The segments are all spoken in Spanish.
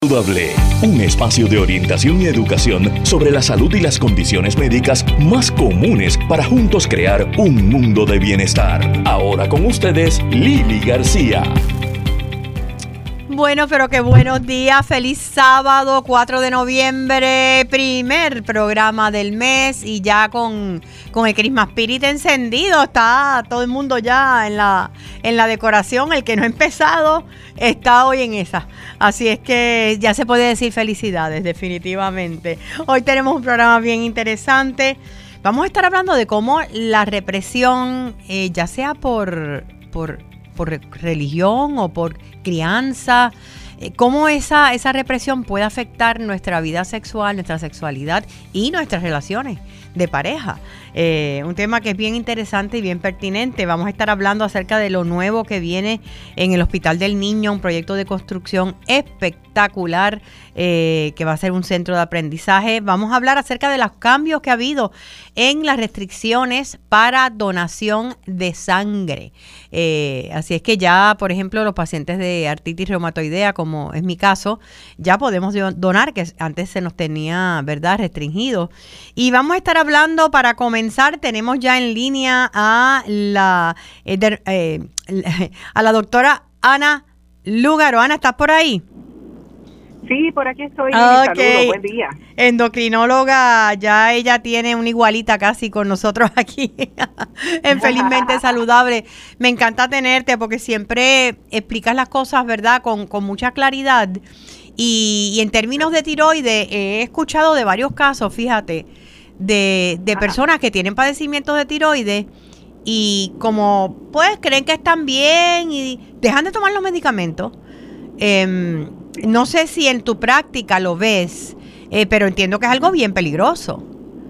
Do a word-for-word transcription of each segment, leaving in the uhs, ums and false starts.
Saludable, un espacio de orientación y educación sobre la salud y las condiciones médicas más comunes para juntos crear un mundo de bienestar. Ahora con ustedes, Lili García. Bueno, pero qué buenos días, feliz sábado, cuatro de noviembre, primer programa del mes y ya con, con el Christmas Spirit encendido, está todo el mundo ya en la, en la decoración, el que no ha empezado está hoy en esa, así es que ya se puede decir felicidades definitivamente. Hoy tenemos un programa bien interesante, vamos a estar hablando de cómo la represión, eh, ya sea por... por por religión o por crianza, eh, cómo esa, esa represión puede afectar nuestra vida sexual, nuestra sexualidad y nuestras relaciones de pareja. Eh, un tema que es bien interesante y bien pertinente. Vamos a estar hablando acerca de lo nuevo que viene en el Hospital del Niño, un proyecto de construcción espectacular eh, que va a ser un centro de aprendizaje. Vamos a hablar acerca de los cambios que ha habido en las restricciones para donación de sangre. Eh, así es que ya, por ejemplo, los pacientes de artritis reumatoidea, como es mi caso, ya podemos donar, que antes se nos tenía, ¿verdad?, restringido. Y vamos a estar hablando, para comenzar, tenemos ya en línea a la, eh, de, eh, a la doctora Ana Lúgaro. Ana, ¿estás por ahí? Sí, por aquí estoy. Okay. Saludos, buen día. Endocrinóloga, ya ella tiene una igualita casi con nosotros aquí en Felizmente Saludable. Me encanta tenerte porque siempre explicas las cosas, ¿verdad?, con, con mucha claridad. Y, y en términos de tiroides, he escuchado de varios casos, fíjate, de, de personas que tienen padecimientos de tiroides y como pues creen que están bien y dejan de tomar los medicamentos. Eh, no sé si en tu práctica lo ves, eh, pero entiendo que es algo bien peligroso.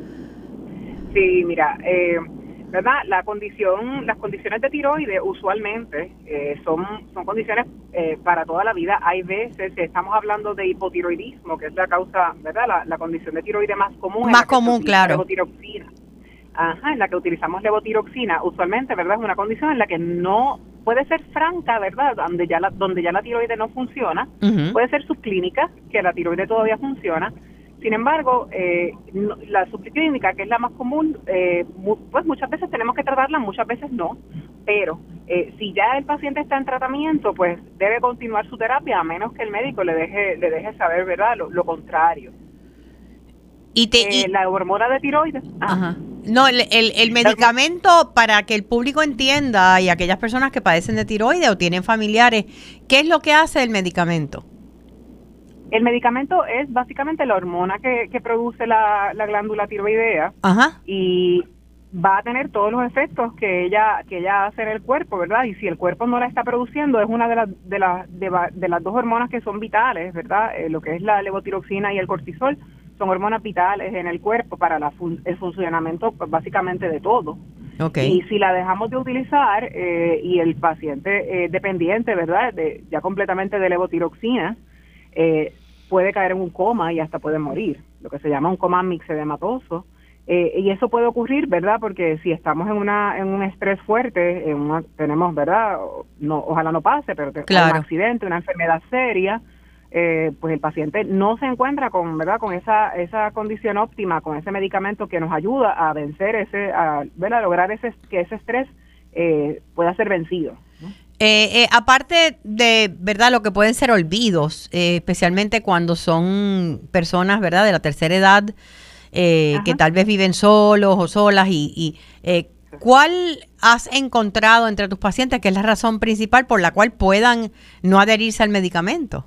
Sí, mira, eh, ¿verdad? La condición, las condiciones de tiroides usualmente eh, son, son condiciones eh, para toda la vida. Hay veces, si estamos hablando de hipotiroidismo, que es la causa, ¿verdad? La, la condición de tiroides más común. Más común, claro. Levotiroxina. Ajá, en la que utilizamos levotiroxina. Usualmente, ¿verdad? Es una condición en la que no puede ser franca, ¿verdad? Donde ya la, donde ya la tiroide no funciona. Uh-huh. Puede ser subclínica, que la tiroide todavía funciona. Sin embargo, eh, no, la subclínica, que es la más común, eh, mu- pues muchas veces tenemos que tratarla, muchas veces no. Pero eh, si ya el paciente está en tratamiento, pues debe continuar su terapia, a menos que el médico le deje, le deje saber, ¿verdad?, lo, lo contrario. Y te, y, eh, la hormona de tiroides. Ah. Ajá. No, el, el, el medicamento, para que el público entienda y aquellas personas que padecen de tiroides o tienen familiares, ¿qué es lo que hace el medicamento? El medicamento es básicamente la hormona que, que produce la, la glándula tiroidea. Ajá. Y va a tener todos los efectos que ella que ella hace en el cuerpo, ¿verdad? Y si el cuerpo no la está produciendo, es una de las de las de, de las dos hormonas que son vitales, ¿verdad? Eh, lo que es la levotiroxina y el cortisol son hormonas vitales en el cuerpo para la fun- el funcionamiento, pues, básicamente de todo. Okay. Y si la dejamos de utilizar eh, y el paciente eh, dependiente, ¿verdad?, de, ya completamente de levotiroxina, eh, puede caer en un coma y hasta puede morir, lo que se llama un coma mixedematoso. Eh, y eso puede ocurrir, ¿verdad?, porque si estamos en una en un estrés fuerte, en una, tenemos, ¿verdad?, no, ojalá no pase, pero claro, un accidente, una enfermedad seria, eh, pues el paciente no se encuentra con, ¿verdad?, con esa esa condición óptima, con ese medicamento que nos ayuda a vencer ese, a, ¿verdad?, a lograr ese que ese estrés eh, pueda ser vencido, ¿no? Eh, eh, aparte de, ¿verdad?, lo que pueden ser olvidos, eh, especialmente cuando son personas, ¿verdad?, de la tercera edad, eh, que tal vez viven solos o solas, y, y eh, ¿cuál has encontrado entre tus pacientes que es la razón principal por la cual puedan no adherirse al medicamento?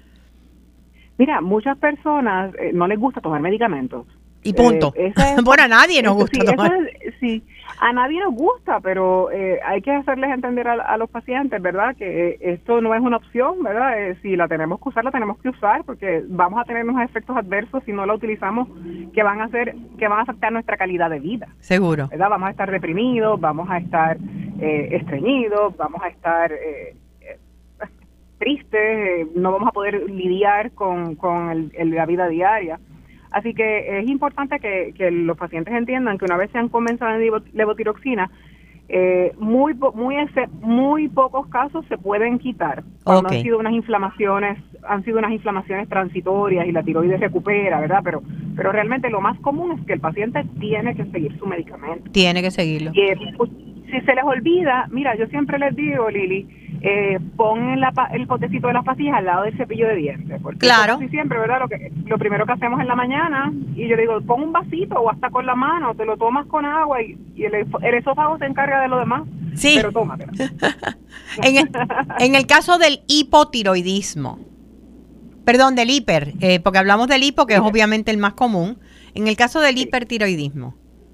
Mira, muchas personas eh, no les gusta tomar medicamentos. Y punto. Eh, es, bueno, a nadie nos gusta sí, tomar. Es, sí, a nadie nos gusta, pero eh, hay que hacerles entender a, a los pacientes, ¿verdad?, que eh, esto no es una opción, ¿verdad? Eh, si la tenemos que usar, la tenemos que usar, porque vamos a tener unos efectos adversos si no la utilizamos que van a hacer, que van a afectar nuestra calidad de vida. Seguro. ¿Verdad? Vamos a estar deprimidos, vamos a estar eh, estreñidos, vamos a estar eh, eh, tristes, eh, no vamos a poder lidiar con, con el, el, la vida diaria. Así que es importante que, que los pacientes entiendan que una vez se han comenzado en levotiroxina, Eh, muy muy muy pocos casos se pueden quitar cuando okay. han sido unas inflamaciones han sido unas inflamaciones transitorias y la tiroides recupera, ¿verdad? Pero pero realmente lo más común es que el paciente tiene que seguir su medicamento. Tiene que seguirlo. Y, pues, si se les olvida, mira, yo siempre les digo, Lili, eh, pon la, el potecito de las pastillas al lado del cepillo de dientes, porque claro. casi siempre, ¿verdad? Lo que lo primero que hacemos en la mañana, y yo digo, pon un vasito o hasta con la mano, te lo tomas con agua y, y el, el esófago se encarga de lo demás. Sí. Pero tómatelo. en, el, en el caso del hipotiroidismo, perdón, del hiper, eh, porque hablamos del hipo, que sí. es obviamente el más común, en el caso del sí. hipertiroidismo.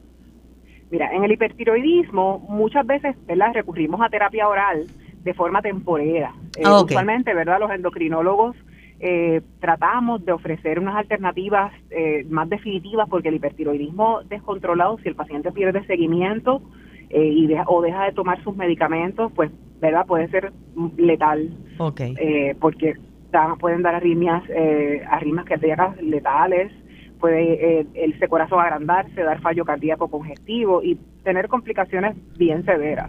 Mira, en el hipertiroidismo muchas veces, ¿verdad?, recurrimos a terapia oral de forma temporera. Eh, okay. Usualmente, ¿verdad?, los endocrinólogos eh, tratamos de ofrecer unas alternativas eh, más definitivas, porque el hipertiroidismo descontrolado, si el paciente pierde seguimiento eh, y deja, o deja de tomar sus medicamentos, pues, ¿verdad?, puede ser letal. Okay. Eh, porque dan, pueden dar arritmias, eh, arritmias cardíacas letales. Puede eh, el corazón agrandarse, dar fallo cardíaco congestivo y tener complicaciones bien severas.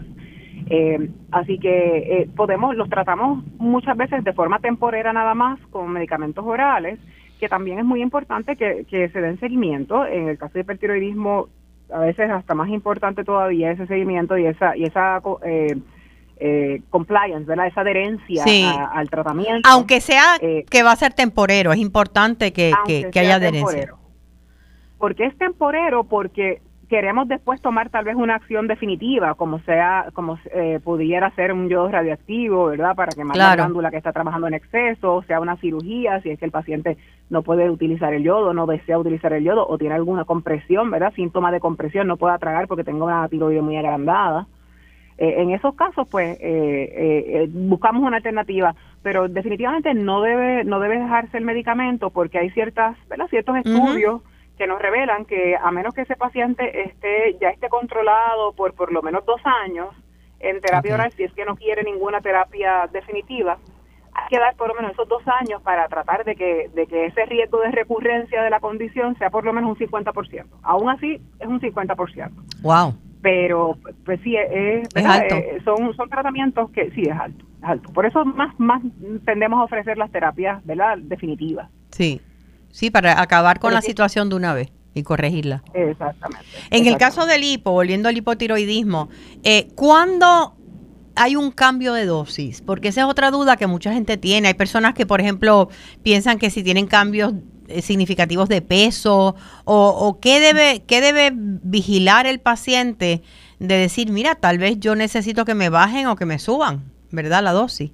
Eh, así que eh, podemos, los tratamos muchas veces de forma temporera nada más con medicamentos orales, que también es muy importante que, que se den seguimiento. En el caso de hipertiroidismo, a veces hasta más importante todavía ese seguimiento y esa y esa eh, eh, compliance, ¿verdad? Esa adherencia sí. a, al tratamiento. Aunque sea eh, que va a ser temporero, es importante que, que, que haya adherencia. Temporero. ¿Por qué es temporero? Porque queremos después tomar tal vez una acción definitiva, como sea, como eh, pudiera ser un yodo radioactivo, ¿verdad?, para quemar claro. la glándula que está trabajando en exceso, o sea una cirugía, si es que el paciente no puede utilizar el yodo, no desea utilizar el yodo, o tiene alguna compresión, ¿verdad?, síntoma de compresión, no pueda tragar porque tenga una tiroides muy agrandada. Eh, en esos casos, pues, eh, eh, buscamos una alternativa, pero definitivamente no debe no debe dejarse el medicamento, porque hay ciertas, ¿verdad?, ciertos estudios uh-huh. que nos revelan que a menos que ese paciente esté ya esté controlado por por lo menos dos años en terapia okay. oral, si es que no quiere ninguna terapia definitiva, hay que dar por lo menos esos dos años para tratar de que de que ese riesgo de recurrencia de la condición sea por lo menos un cincuenta por ciento. Aún así, es un cincuenta por ciento. Wow. Pero, pues sí, es, es alto. Eh, son, son tratamientos que sí, es alto, es alto. Por eso más, más tendemos a ofrecer las terapias, ¿verdad?, definitivas. Sí. Sí, para acabar con Pero la sí. situación de una vez y corregirla. Exactamente. En exactamente. el caso del hipo, volviendo al hipotiroidismo, eh, ¿cuándo hay un cambio de dosis? Porque esa es otra duda que mucha gente tiene. Hay personas que, por ejemplo, piensan que si tienen cambios eh, significativos de peso o, o qué debe, qué debe vigilar el paciente de decir, mira, tal vez yo necesito que me bajen o que me suban, ¿verdad?, la dosis.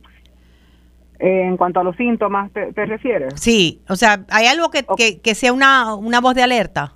En cuanto a los síntomas, ¿te, te refieres? Sí, o sea, ¿hay algo que, okay. que, que sea una, una voz de alerta?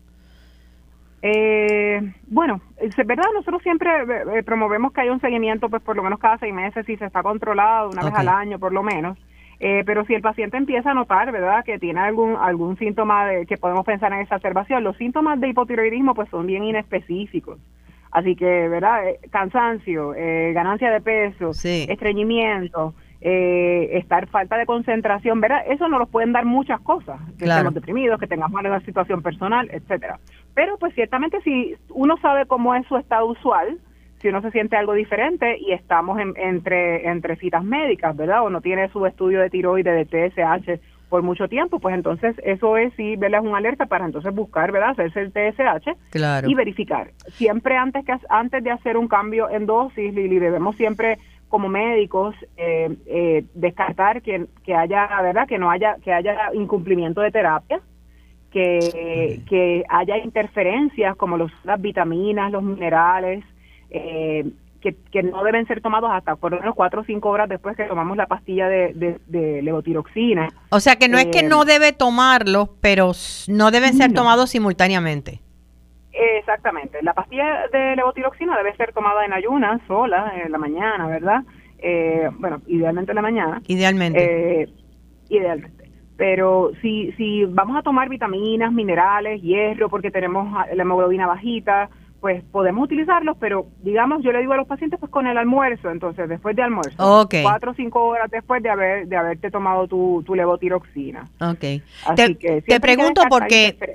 Eh, bueno, es verdad, nosotros siempre eh, promovemos que haya un seguimiento, pues por lo menos cada seis meses, si se está controlado, una okay. vez al año por lo menos. Eh, pero si el paciente empieza a notar, ¿verdad?, que tiene algún algún síntoma de, que podemos pensar en exacerbación, los síntomas de hipotiroidismo pues son bien inespecíficos. Así que, ¿verdad?, eh, cansancio, eh, ganancia de peso, sí. estreñimiento, eh, estar falta de concentración, ¿verdad? Eso nos lo pueden dar muchas cosas, que claro. estemos deprimidos, que tengamos alguna situación personal, etcétera. Pero pues ciertamente si uno sabe cómo es su estado usual, si uno se siente algo diferente y estamos en, entre entre citas médicas, ¿verdad?, o no tiene su estudio de tiroides, de T S H por mucho tiempo, pues entonces eso es sí, ¿verdad?, es una alerta para entonces buscar, ¿verdad?, hacerse el T S H claro. y verificar. Siempre antes que antes de hacer un cambio en dosis, Lili, debemos siempre como médicos eh, eh, descartar que, que haya, ¿verdad?, que no haya que haya incumplimiento de terapia, que, que haya interferencias como los, las vitaminas, los minerales, eh, que, que no deben ser tomados hasta por lo menos cuatro o cinco horas después que tomamos la pastilla de, de, de levotiroxina. O sea que no eh, es que no debe tomarlos, pero no deben ser no. tomados simultáneamente. Exactamente. La pastilla de levotiroxina debe ser tomada en ayunas, sola, en la mañana, ¿verdad? Eh, bueno, idealmente en la mañana. Idealmente. Eh, idealmente. Pero si si vamos a tomar vitaminas, minerales, hierro, porque tenemos la hemoglobina bajita, pues podemos utilizarlos, pero digamos, yo le digo a los pacientes, pues con el almuerzo, entonces después de almuerzo, okay. cuatro o cinco horas después de haber de haberte tomado tu, tu levotiroxina. Okay. Así te, que te pregunto porque en,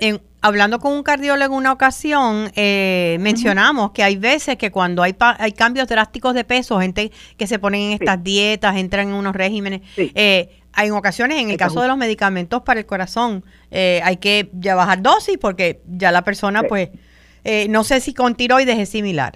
hablando con un cardiólogo en una ocasión, eh, mencionamos uh-huh. que hay veces que cuando hay pa- hay cambios drásticos de peso, gente que se ponen en estas sí. dietas, entran en unos regímenes, sí. eh, hay en ocasiones, en el caso de los medicamentos para el corazón, eh, hay que ya bajar dosis porque ya la persona, sí. pues, eh, no sé si con tiroides es similar.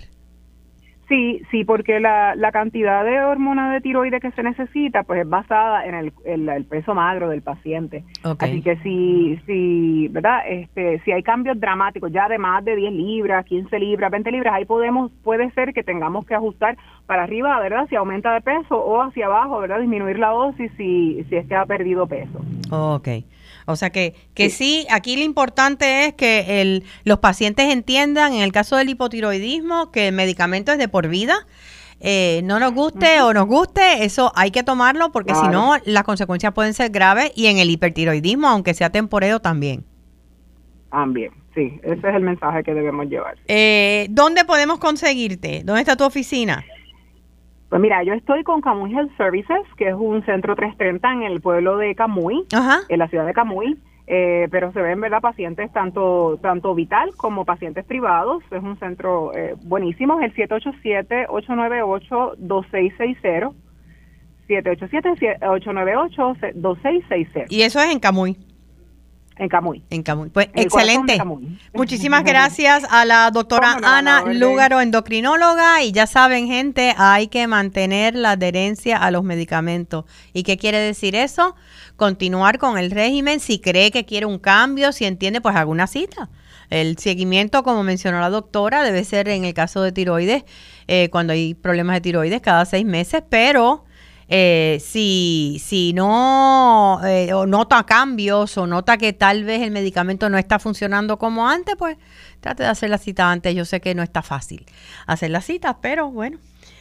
Sí, sí, porque la, la cantidad de hormona de tiroides que se necesita, pues es basada en el, el, el peso magro del paciente. Okay. Así que si, si, ¿verdad? Este, si hay cambios dramáticos, ya de más de diez libras, quince libras, veinte libras, ahí podemos, puede ser que tengamos que ajustar para arriba, ¿verdad? Si aumenta de peso, o hacia abajo, ¿verdad? Disminuir la dosis si, si es que ha perdido peso. Okay. O sea que, que sí. sí, aquí lo importante es que el, los pacientes entiendan, en el caso del hipotiroidismo, que el medicamento es de por vida. Eh, no nos guste uh-huh. o nos guste, eso hay que tomarlo porque claro. si no, las consecuencias pueden ser graves, y en el hipertiroidismo, aunque sea temporero, también. También, sí, ese es el mensaje que debemos llevar. Eh, ¿Dónde podemos conseguirte? ¿Dónde está tu oficina? Pues mira, yo estoy con Camuy Health Services, que es un centro trescientos treinta en el pueblo de Camuy, Ajá. en la ciudad de Camuy, eh, pero se ven, ¿verdad?, pacientes tanto tanto vital como pacientes privados. Es un centro eh, buenísimo, es el siete ocho siete, ocho nueve ocho, dos seis seis cero, siete ocho siete, ocho nueve ocho, dos seis seis cero. Y eso es en Camuy. En Camuy. En Camuy. Pues en excelente. Camuy. Muchísimas gracias a la doctora no, Ana no, Lúgaro, endocrinóloga. Y ya saben, gente, hay que mantener la adherencia a los medicamentos. ¿Y qué quiere decir eso? Continuar con el régimen. Si cree que quiere un cambio, si entiende, pues haga una cita. El seguimiento, como mencionó la doctora, debe ser en el caso de tiroides, eh, cuando hay problemas de tiroides, cada seis meses, pero... Eh, si, si no eh, o nota cambios o nota que tal vez el medicamento no está funcionando como antes, pues trate de hacer la cita antes. Yo sé que no está fácil hacer la cita, pero bueno,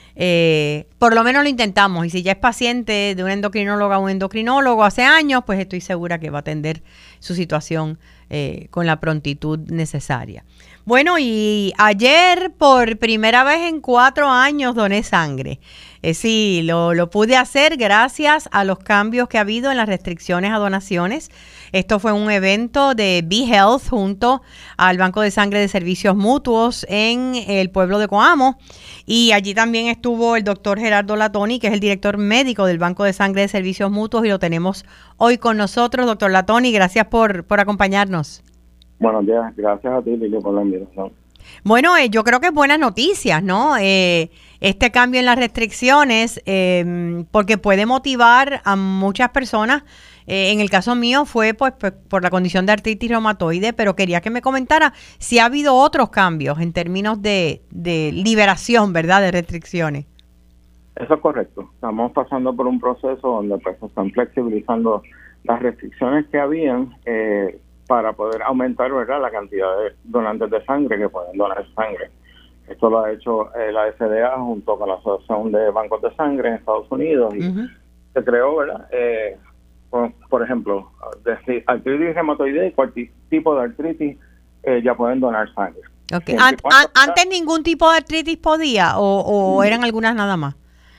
eh, por lo menos lo intentamos. Y si ya es paciente de una endocrinóloga o un endocrinólogo hace años, pues estoy segura que va a atender su situación eh, con la prontitud necesaria. Bueno, y ayer por primera vez en cuatro años doné sangre. Eh, sí, lo, lo pude hacer gracias a los cambios que ha habido en las restricciones a donaciones. Esto fue un evento de B-Health junto al Banco de Sangre de Servicios Mutuos en el pueblo de Coamo. Y allí también estuvo el doctor Gerardo Latoni, que es el director médico del Banco de Sangre de Servicios Mutuos, y lo tenemos hoy con nosotros. Doctor Latoni, gracias por, por acompañarnos. Buenos días, gracias a ti, Lili, por la invitación. Bueno, eh, yo creo que es buenas noticias, ¿no? Eh, este cambio en las restricciones, eh, porque puede motivar a muchas personas. Eh, en el caso mío fue pues, pues por la condición de artritis reumatoide, pero quería que me comentara si ha habido otros cambios en términos de, de liberación, ¿verdad?, de restricciones. Eso es correcto. Estamos pasando por un proceso donde pues, se están flexibilizando las restricciones que habían, eh, para poder aumentar, ¿verdad?, la cantidad de donantes de sangre que pueden donar sangre. Esto lo ha hecho eh, la F D A junto con la Asociación de Bancos de Sangre en Estados Unidos, y uh-huh. se creó, ¿verdad?, eh, por, por ejemplo, de artritis reumatoide y cualquier tipo de artritis eh, ya pueden donar sangre. Okay. An, an, ¿Antes ningún tipo de artritis podía o, o eran algunas nada más?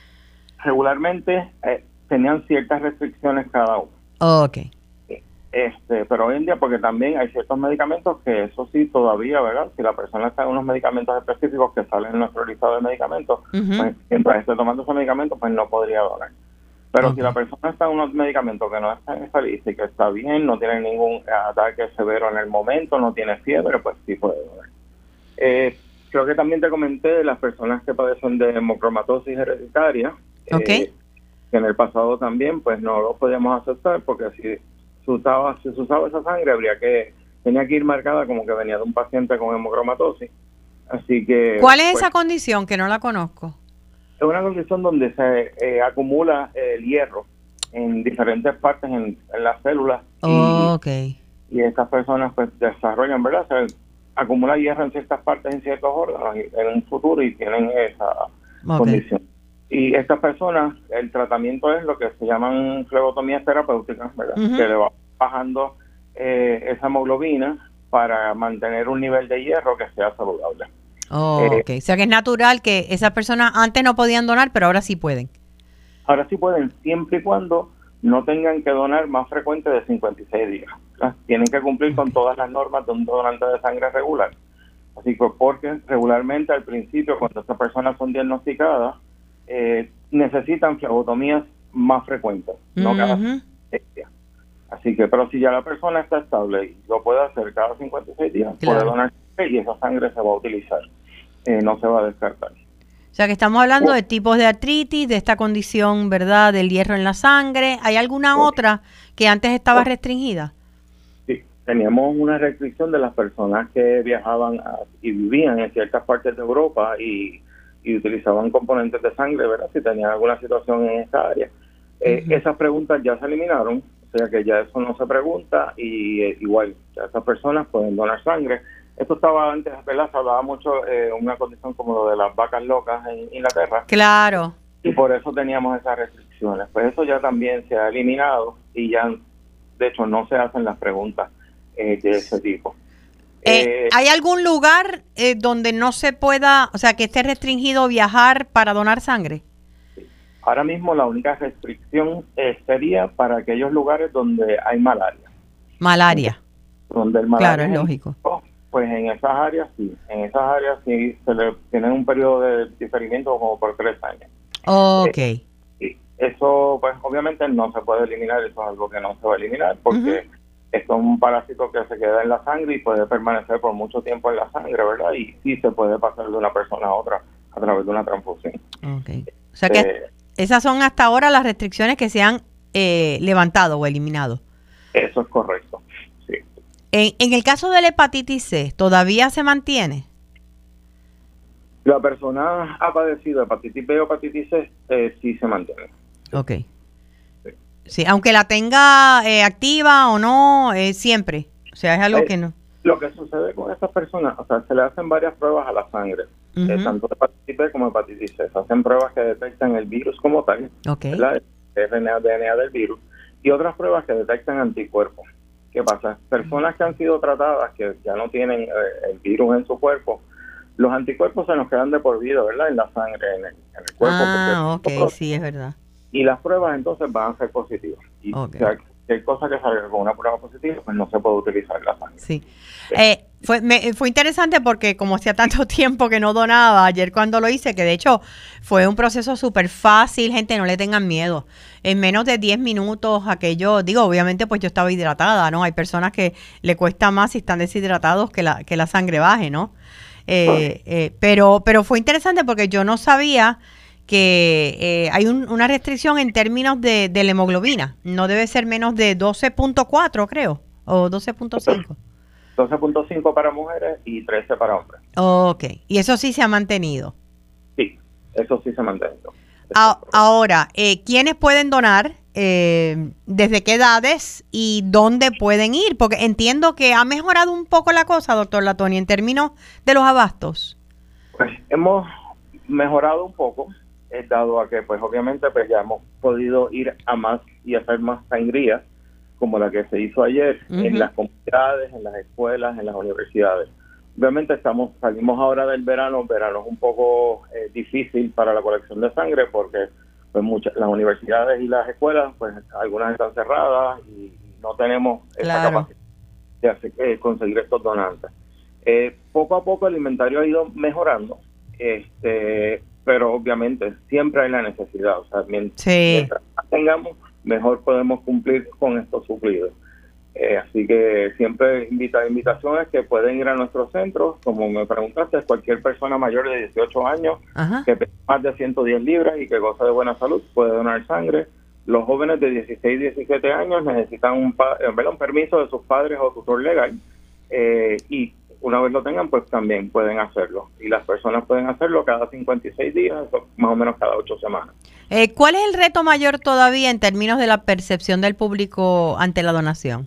Regularmente eh, tenían ciertas restricciones cada uno. Oh, okay. Este, pero hoy en día, porque también hay ciertos medicamentos que eso sí todavía, ¿verdad? Si la persona está en unos medicamentos específicos que salen en nuestro listado de medicamentos, uh-huh. pues mientras esté tomando esos medicamentos, pues no podría donar. Pero okay. si la persona está en unos medicamentos que no están en esa lista y que está bien, no tiene ningún ataque severo en el momento, no tiene fiebre, pues sí puede donar. Eh, creo que también te comenté de las personas que padecen de hemocromatosis hereditaria, okay. eh, que en el pasado también, pues no lo podíamos aceptar porque si se usaba, si se usaba esa sangre, habría que, tenía que ir marcada como que venía de un paciente con hemocromatosis. Así que... ¿Cuál es pues, esa condición? Que no la conozco. Es una condición donde se eh, acumula el hierro en diferentes partes en, en las células. Oh, y, okay. y estas personas pues desarrollan, ¿verdad? Se acumula hierro en ciertas partes, en ciertos órganos y en un futuro y tienen esa okay. condición. Y estas personas, el tratamiento es lo que se llaman flebotomías terapéuticas, ¿verdad? Uh-huh. Que le va bajando eh, esa hemoglobina para mantener un nivel de hierro que sea saludable. Oh, eh, ok. O sea que es natural que esas personas antes no podían donar, pero ahora sí pueden. Ahora sí pueden, siempre y cuando no tengan que donar más frecuente de cincuenta y seis días. ¿verdad? Tienen que cumplir con todas las normas de un donante de sangre regular. Así que porque regularmente al principio, cuando estas personas son diagnosticadas, eh, necesitan flebotomías más frecuentes, uh-huh. no cada seis días. Así que, pero si ya la persona está estable y lo puede hacer cada cincuenta y seis días, claro. puede donar y esa sangre se va a utilizar, eh, no se va a descartar. O sea que estamos hablando de tipos de artritis, de esta condición, ¿verdad?, del hierro en la sangre. ¿Hay alguna sí. otra que antes estaba restringida? Sí, teníamos una restricción de las personas que viajaban a, y vivían en ciertas partes de Europa y, y utilizaban componentes de sangre, ¿verdad?, si tenían alguna situación en esa área. Eh, uh-huh. Esas preguntas ya se eliminaron, o sea que ya eso no se pregunta y eh, igual, ya esas personas pueden donar sangre. Esto estaba antes, ¿verdad? Se hablaba mucho de eh, una condición como lo de las vacas locas en Inglaterra. Claro. Y por eso teníamos esas restricciones. Pues eso ya también se ha eliminado y ya, de hecho, no se hacen las preguntas eh, de ese tipo. Eh, eh, ¿Hay algún lugar eh, donde no se pueda, o sea, que esté restringido viajar para donar sangre? Ahora mismo la única restricción eh, sería para aquellos lugares donde hay malaria. Malaria. Donde el malaria claro, es lógico. Pues en esas áreas sí, en esas áreas sí se le tienen un periodo de diferimiento como por tres años. Ok. Eh, y eso pues obviamente no se puede eliminar, eso es algo que no se va a eliminar porque uh-huh. esto es un parásito que se queda en la sangre y puede permanecer por mucho tiempo en la sangre, ¿verdad? Y sí se puede pasar de una persona a otra a través de una transfusión. Ok. O sea que eh, esas son hasta ahora las restricciones que se han eh, levantado o eliminado. Eso es correcto. En, en el caso de la hepatitis C, ¿todavía se mantiene? La persona ha padecido hepatitis B o hepatitis C, eh, sí se mantiene. Ok. Sí, sí aunque la tenga eh, activa o no, eh, siempre. O sea, es algo eh, que no. Lo que sucede con estas personas, o sea, se le hacen varias pruebas a la sangre, uh-huh. eh, tanto de hepatitis B como hepatitis C. Se hacen pruebas que detectan el virus como tal, okay. ¿verdad? El R N A, D N A del virus, y otras pruebas que detectan anticuerpos. ¿Qué pasa? Personas que han sido tratadas, que ya no tienen eh, el virus en su cuerpo, los anticuerpos se nos quedan de por vida, ¿verdad? En la sangre, en el, en el cuerpo. Ah, ok, nosotros, sí, es verdad. Y las pruebas entonces van a ser positivas. Y okay. o sea, cualquier cosa que salga con una prueba positiva, pues no se puede utilizar la sangre. Sí. sí. Eh, fue, me, fue interesante porque como hacía tanto tiempo que no donaba, ayer cuando lo hice, que de hecho fue un proceso súper fácil, gente, no le tengan miedo. En menos de diez minutos aquello, digo, obviamente pues yo estaba hidratada, ¿no? Hay personas que le cuesta más si están deshidratados que la, que la sangre baje, ¿no? Eh, eh, pero, pero fue interesante porque yo no sabía que eh, hay un, una restricción en términos de, de la hemoglobina. No debe ser menos de doce punto cuatro, creo, o doce punto cinco. doce punto cinco para mujeres y trece para hombres. Ok, y eso sí se ha mantenido. Sí, eso sí se ha mantenido. A, ahora, eh, ¿quiénes pueden donar? Eh, ¿Desde qué edades y dónde pueden ir? Porque entiendo que ha mejorado un poco la cosa, doctor Latoni, en términos de los abastos. Pues hemos mejorado un poco, eh, dado a que pues obviamente pues ya hemos podido ir a más y hacer más sangrías, como la que se hizo ayer, uh-huh. en las comunidades, en las escuelas, en las universidades. Obviamente estamos salimos ahora del verano, verano es un poco eh, difícil para la colección de sangre porque pues muchas las universidades y las escuelas, pues algunas están cerradas y no tenemos esa claro. capacidad de hacer, eh, conseguir estos donantes. Eh, poco a poco el inventario ha ido mejorando, este, pero obviamente siempre hay la necesidad, o sea, mientras, sí. mientras tengamos, mejor podemos cumplir con estos suplidos. Eh, así que siempre invita invitaciones que pueden ir a nuestros centros, como me preguntaste, cualquier persona mayor de dieciocho años, Ajá. que pesa más de ciento diez libras y que goza de buena salud, puede donar sangre. Los jóvenes de dieciséis y diecisiete años necesitan un, pa un permiso de sus padres o tutor legal, eh, y una vez lo tengan, pues también pueden hacerlo. Y las personas pueden hacerlo cada cincuenta y seis días, más o menos cada ocho semanas. Eh, ¿Cuál es el reto mayor todavía en términos de la percepción del público ante la donación?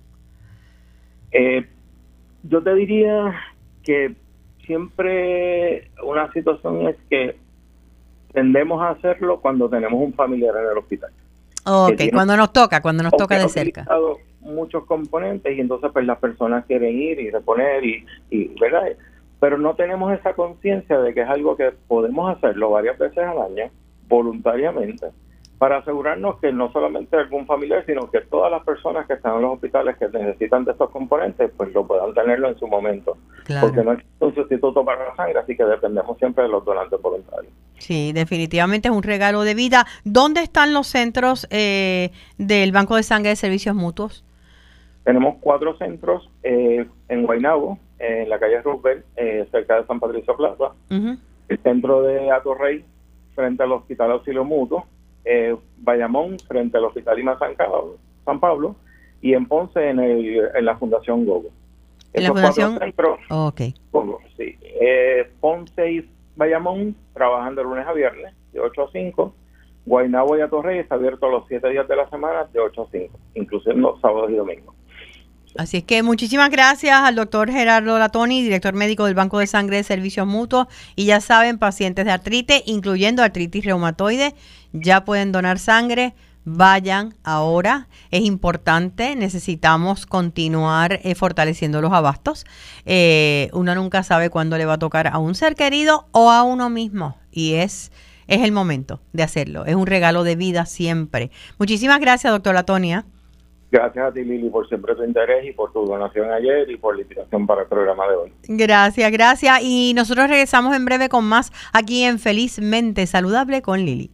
Eh, yo te diría que siempre una situación es que tendemos a hacerlo cuando tenemos un familiar en el hospital. Ok, cuando nos toca, cuando nos toca de cerca. Muchos componentes y entonces pues las personas quieren ir y reponer y, y ¿verdad? Pero no tenemos esa conciencia de que es algo que podemos hacerlo varias veces al año voluntariamente para asegurarnos que no solamente algún familiar, sino que todas las personas que están en los hospitales que necesitan de estos componentes, pues lo puedan tenerlo en su momento. Claro. Porque no existe un sustituto para la sangre, así que dependemos siempre de los donantes voluntarios. Sí, definitivamente es un regalo de vida. ¿Dónde están los centros eh, del Banco de Sangre de Servicios Mutuos? Tenemos cuatro centros eh, en Guaynabo, en la calle Roosevelt, eh, cerca de San Patricio Plaza. Uh-huh. El centro de Atorrey, frente al Hospital Auxilio Mutuo. Eh, Bayamón, frente al Hospital Lima San, San Pablo, y en Ponce, en, el, en la Fundación Gogo. ¿En la Fundación? Centros, oh, ok. Gogo, sí. Eh, Ponce y Bayamón trabajan de lunes a viernes, de ocho a cinco. Guaynabo y Atorrey está abierto los siete días de la semana, de ocho a cinco, inclusive los sábados y domingos. Así es que muchísimas gracias al doctor Gerardo Latoni, director médico del Banco de Sangre de Servicios Mutuos. Y ya saben, pacientes de artritis, incluyendo artritis reumatoide, ya pueden donar sangre. Vayan ahora, es importante, necesitamos continuar eh, fortaleciendo los abastos. Eh, uno nunca sabe cuándo le va a tocar a un ser querido o a uno mismo, y es, es el momento de hacerlo. Es un regalo de vida siempre. Muchísimas gracias, doctor Latoni. Gracias a ti, Lili, por siempre tu interés y por tu donación ayer y por la invitación para el programa de hoy. Gracias, gracias. Y nosotros regresamos en breve con más aquí en Felizmente Saludable con Lili.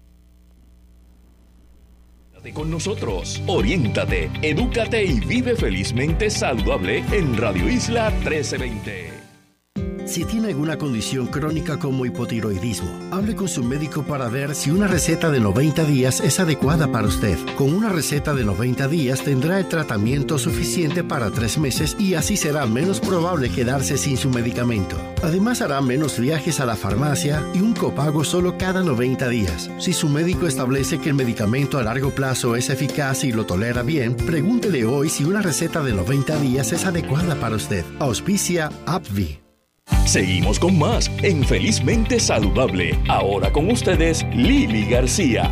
Con nosotros, oriéntate, edúcate y vive felizmente saludable en Radio Isla trece veinte. Si tiene alguna condición crónica como hipotiroidismo, hable con su médico para ver si una receta de noventa días es adecuada para usted. Con una receta de noventa días tendrá el tratamiento suficiente para tres meses y así será menos probable quedarse sin su medicamento. Además hará menos viajes a la farmacia y un copago solo cada noventa días. Si su médico establece que el medicamento a largo plazo es eficaz y lo tolera bien, pregúntele hoy si una receta de noventa días es adecuada para usted. Auspicia AbbVie. Seguimos con más en Felizmente Saludable. Ahora con ustedes, Lili García.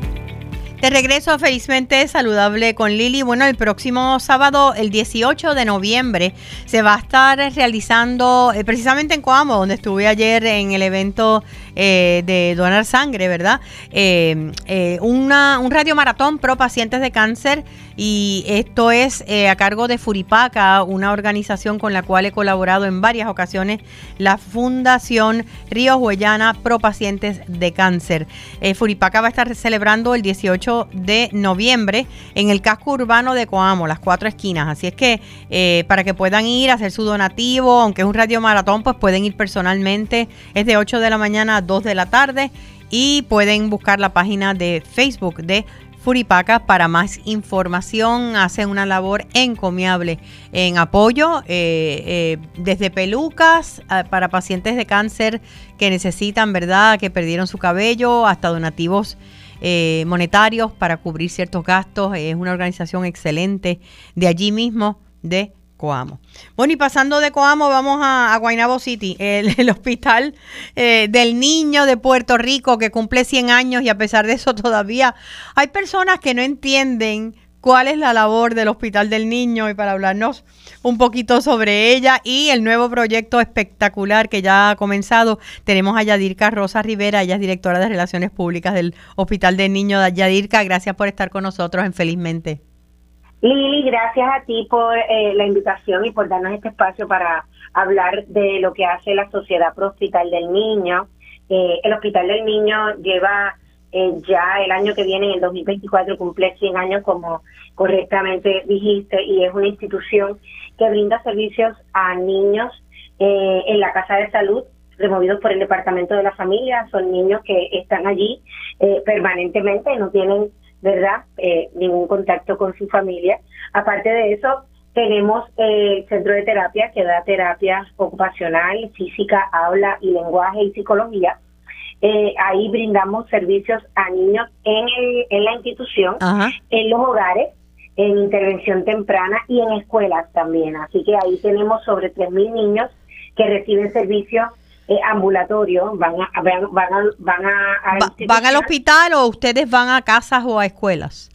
De regreso a Felizmente Saludable con Lili. Bueno, el próximo sábado, el dieciocho de noviembre, se va a estar realizando, eh, precisamente en Coamo, donde estuve ayer en el evento eh, de donar sangre, ¿verdad? Eh, eh, una, un radiomaratón pro pacientes de cáncer, y esto es eh, a cargo de Furipaca, una organización con la cual he colaborado en varias ocasiones, la Fundación Río Huellana Pro Pacientes de Cáncer. Eh, Furipaca va a estar celebrando el dieciocho de noviembre en el casco urbano de Coamo, las cuatro esquinas. Así es que eh, para que puedan ir a hacer su donativo, aunque es un radiomaratón, pues pueden ir personalmente. Es de ocho de la mañana a dos de la tarde, y pueden buscar la página de Facebook de Furipaca para más información. Hacen una labor encomiable en apoyo eh, eh, desde pelucas eh, para pacientes de cáncer que necesitan, ¿verdad?, que perdieron su cabello, hasta donativos eh, monetarios para cubrir ciertos gastos. Es una organización excelente de allí mismo, de Coamo. Bueno, y pasando de Coamo, vamos a, a Guaynabo City, el, el hospital eh, del niño de Puerto Rico, que cumple cien años, y a pesar de eso todavía hay personas que no entienden cuál es la labor del Hospital del Niño. Y para hablarnos un poquito sobre ella y el nuevo proyecto espectacular que ya ha comenzado, tenemos a Yadirka Rosa Rivera. Ella es directora de Relaciones Públicas del Hospital del Niño. Yadirka, gracias por estar con nosotros en Felizmente. Lili, gracias a ti por eh, la invitación y por darnos este espacio para hablar de lo que hace la Sociedad Pro Hospital del Niño. Eh, el Hospital del Niño lleva eh, ya el año que viene, en el dos mil veinticuatro, cumple cien años, como correctamente dijiste, y es una institución que brinda servicios a niños eh, en la casa de salud, removidos por el Departamento de la Familia. Son niños que están allí eh, permanentemente, no tienen, ¿verdad?, Eh, ningún contacto con su familia. Aparte de eso, tenemos eh, el centro de terapia que da terapia ocupacional, física, habla y lenguaje y psicología. Eh, ahí brindamos servicios a niños en, el, en la institución, Ajá. en los hogares, en intervención temprana y en escuelas también. Así que ahí tenemos sobre tres mil niños que reciben servicios Eh, ambulatorio, van a, van, van a, van a, a Va, ¿Van al hospital o ustedes van a casas o a escuelas?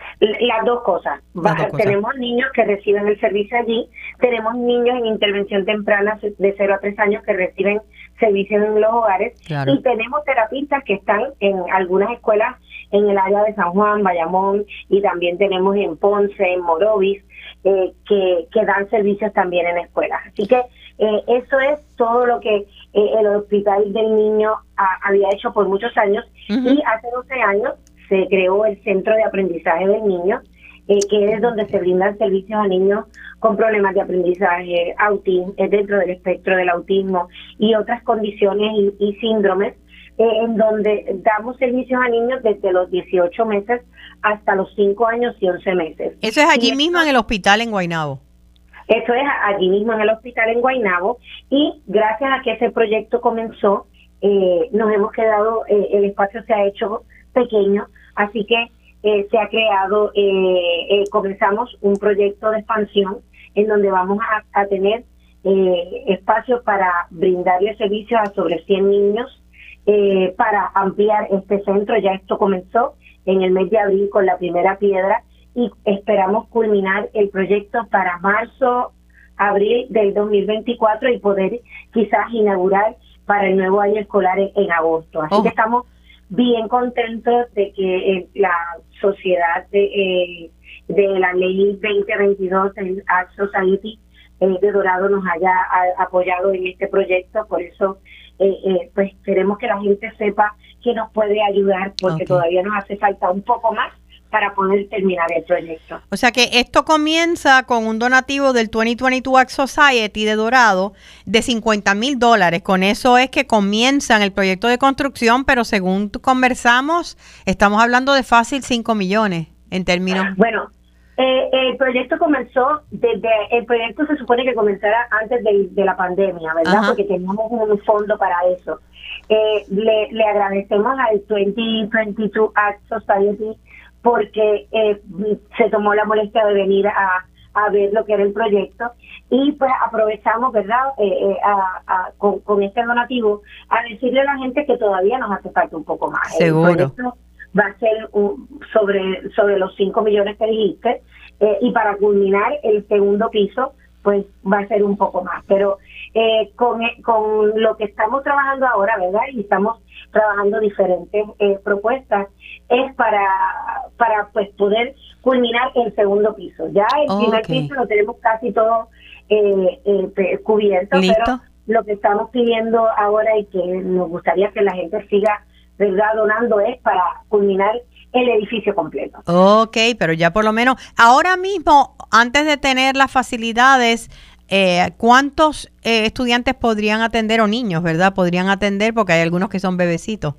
Las dos cosas. Las dos cosas. Tenemos niños que reciben el servicio allí, tenemos niños en intervención temprana de cero a tres años que reciben servicios en los hogares. Claro. Y tenemos terapistas que están en algunas escuelas en el área de San Juan, Bayamón, y también tenemos en Ponce, en Morovis, eh, que, que dan servicios también en escuelas. Así que eh, eso es todo lo que eh, el Hospital del Niño a, había hecho por muchos años. Uh-huh. Y hace doce años se creó el Centro de Aprendizaje del Niño, eh, que es donde se brindan servicios a niños con problemas de aprendizaje, autismo, eh, dentro del espectro del autismo y otras condiciones y, y síndromes, eh, en donde damos servicios a niños desde los dieciocho meses hasta los cinco años y once meses. Eso es allí y mismo esto, en el hospital en Guaynabo. Eso es allí mismo en el hospital en Guaynabo, y gracias a que ese proyecto comenzó, eh, nos hemos quedado, eh, el espacio se ha hecho pequeño, así que eh, se ha creado, eh, eh, comenzamos un proyecto de expansión en donde vamos a, a tener eh, espacios para brindarle servicios a sobre cien niños, eh, para ampliar este centro. Ya esto comenzó en el mes de abril con la primera piedra y esperamos culminar el proyecto para marzo, abril del dos mil veinticuatro y poder quizás inaugurar para el nuevo año escolar en, en agosto. Así oh. que estamos bien contentos de que eh, la sociedad de, eh, de la ley veinte veintidós, el Art Society eh, de Dorado, nos haya a, apoyado en este proyecto. Por eso eh, eh, pues queremos que la gente sepa que nos puede ayudar, porque okay. todavía nos hace falta un poco más para poder terminar el proyecto. O sea que esto comienza con un donativo del veinte veintidós Art Society de Dorado de cincuenta mil dólares. Con eso es que comienzan el proyecto de construcción, pero según conversamos, estamos hablando de fácil cinco millones en términos. Bueno, eh, el proyecto comenzó desde, el proyecto se supone que comenzara antes de, de la pandemia, ¿verdad? Ajá. Porque teníamos un fondo para eso. Eh, le, le agradecemos al veinte veintidós Art Society porque eh, se tomó la molestia de venir a, a ver lo que era el proyecto, y pues aprovechamos, ¿verdad?, eh, eh, a, a, con, con este donativo, a decirle a la gente que todavía nos hace falta un poco más. Seguro. El proyecto va a ser un, sobre, sobre los cinco millones que dijiste, eh, y para culminar el segundo piso, pues va a ser un poco más. Pero eh, con, con lo que estamos trabajando ahora, ¿verdad?, y estamos trabajando diferentes eh, propuestas, es para para pues poder culminar el segundo piso. Ya el oh, primer okay. piso lo tenemos casi todo eh, eh, cubierto, ¿listo? Pero lo que estamos pidiendo ahora y que nos gustaría que la gente siga, ¿verdad?, donando, es para culminar el edificio completo. Ok, pero ya por lo menos, ahora mismo, antes de tener las facilidades, eh, ¿cuántos eh, estudiantes podrían atender, o niños, verdad, podrían atender? Porque hay algunos que son bebecitos,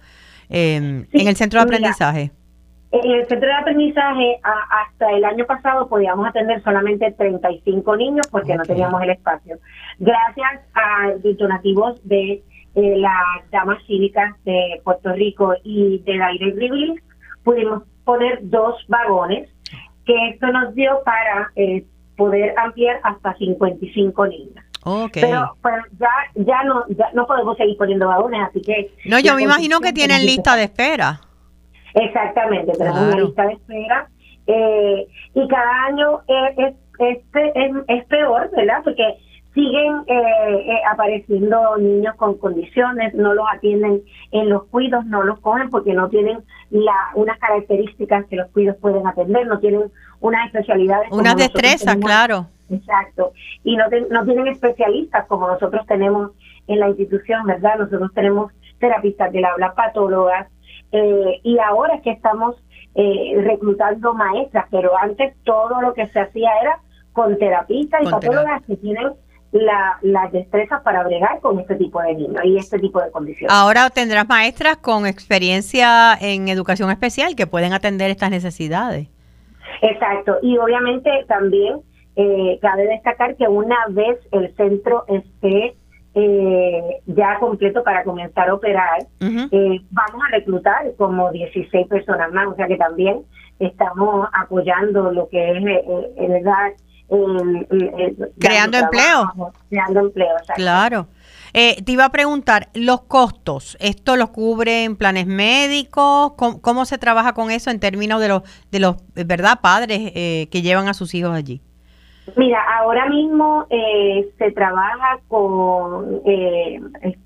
eh, sí, en el centro de aprendizaje. Mira, en el centro de aprendizaje, a, hasta el año pasado podíamos atender solamente treinta y cinco niños porque okay. no teníamos el espacio. Gracias a donativos de eh, las damas cívicas de Puerto Rico y de la Aire Privilege, pudimos poner dos vagones, que esto nos dio para eh, poder ampliar hasta cincuenta y cinco niños. Okay. Pero pues, ya ya no ya no podemos seguir poniendo vagones, así que... No, yo me imagino que tienen lista de espera. Exactamente, tenemos claro. una lista de espera, eh, y cada año es, es, es, es, es peor, ¿verdad? Porque siguen eh, eh, apareciendo niños con condiciones, no los atienden en los cuidos, no los cogen porque no tienen la unas características que los cuidos pueden atender, no tienen unas especialidades. Unas destrezas, claro. Exacto, y no, te, no tienen especialistas como nosotros tenemos en la institución, ¿verdad? Nosotros tenemos terapistas del habla, patólogas, eh, y ahora es que estamos eh, reclutando maestras, pero antes todo lo que se hacía era con terapistas y con patólogas terapia. que tienen la, las destrezas para bregar con este tipo de niños y este tipo de condiciones. Ahora tendrás maestras con experiencia en educación especial que pueden atender estas necesidades. Exacto, y obviamente también eh, cabe destacar que una vez el centro esté eh, ya completo para comenzar a operar, uh-huh. eh, vamos a reclutar como dieciséis personas más, o sea que también estamos apoyando lo que es eh, eh, verdad, el, el, el, creando empleo. Trabajo, creando empleo, exacto. Claro. Eh, te iba a preguntar, los costos, ¿esto lo cubren planes médicos? ¿Cómo, cómo se trabaja con eso en términos de los, de los verdad, padres eh, que llevan a sus hijos allí? Mira, ahora mismo eh, se trabaja con, eh,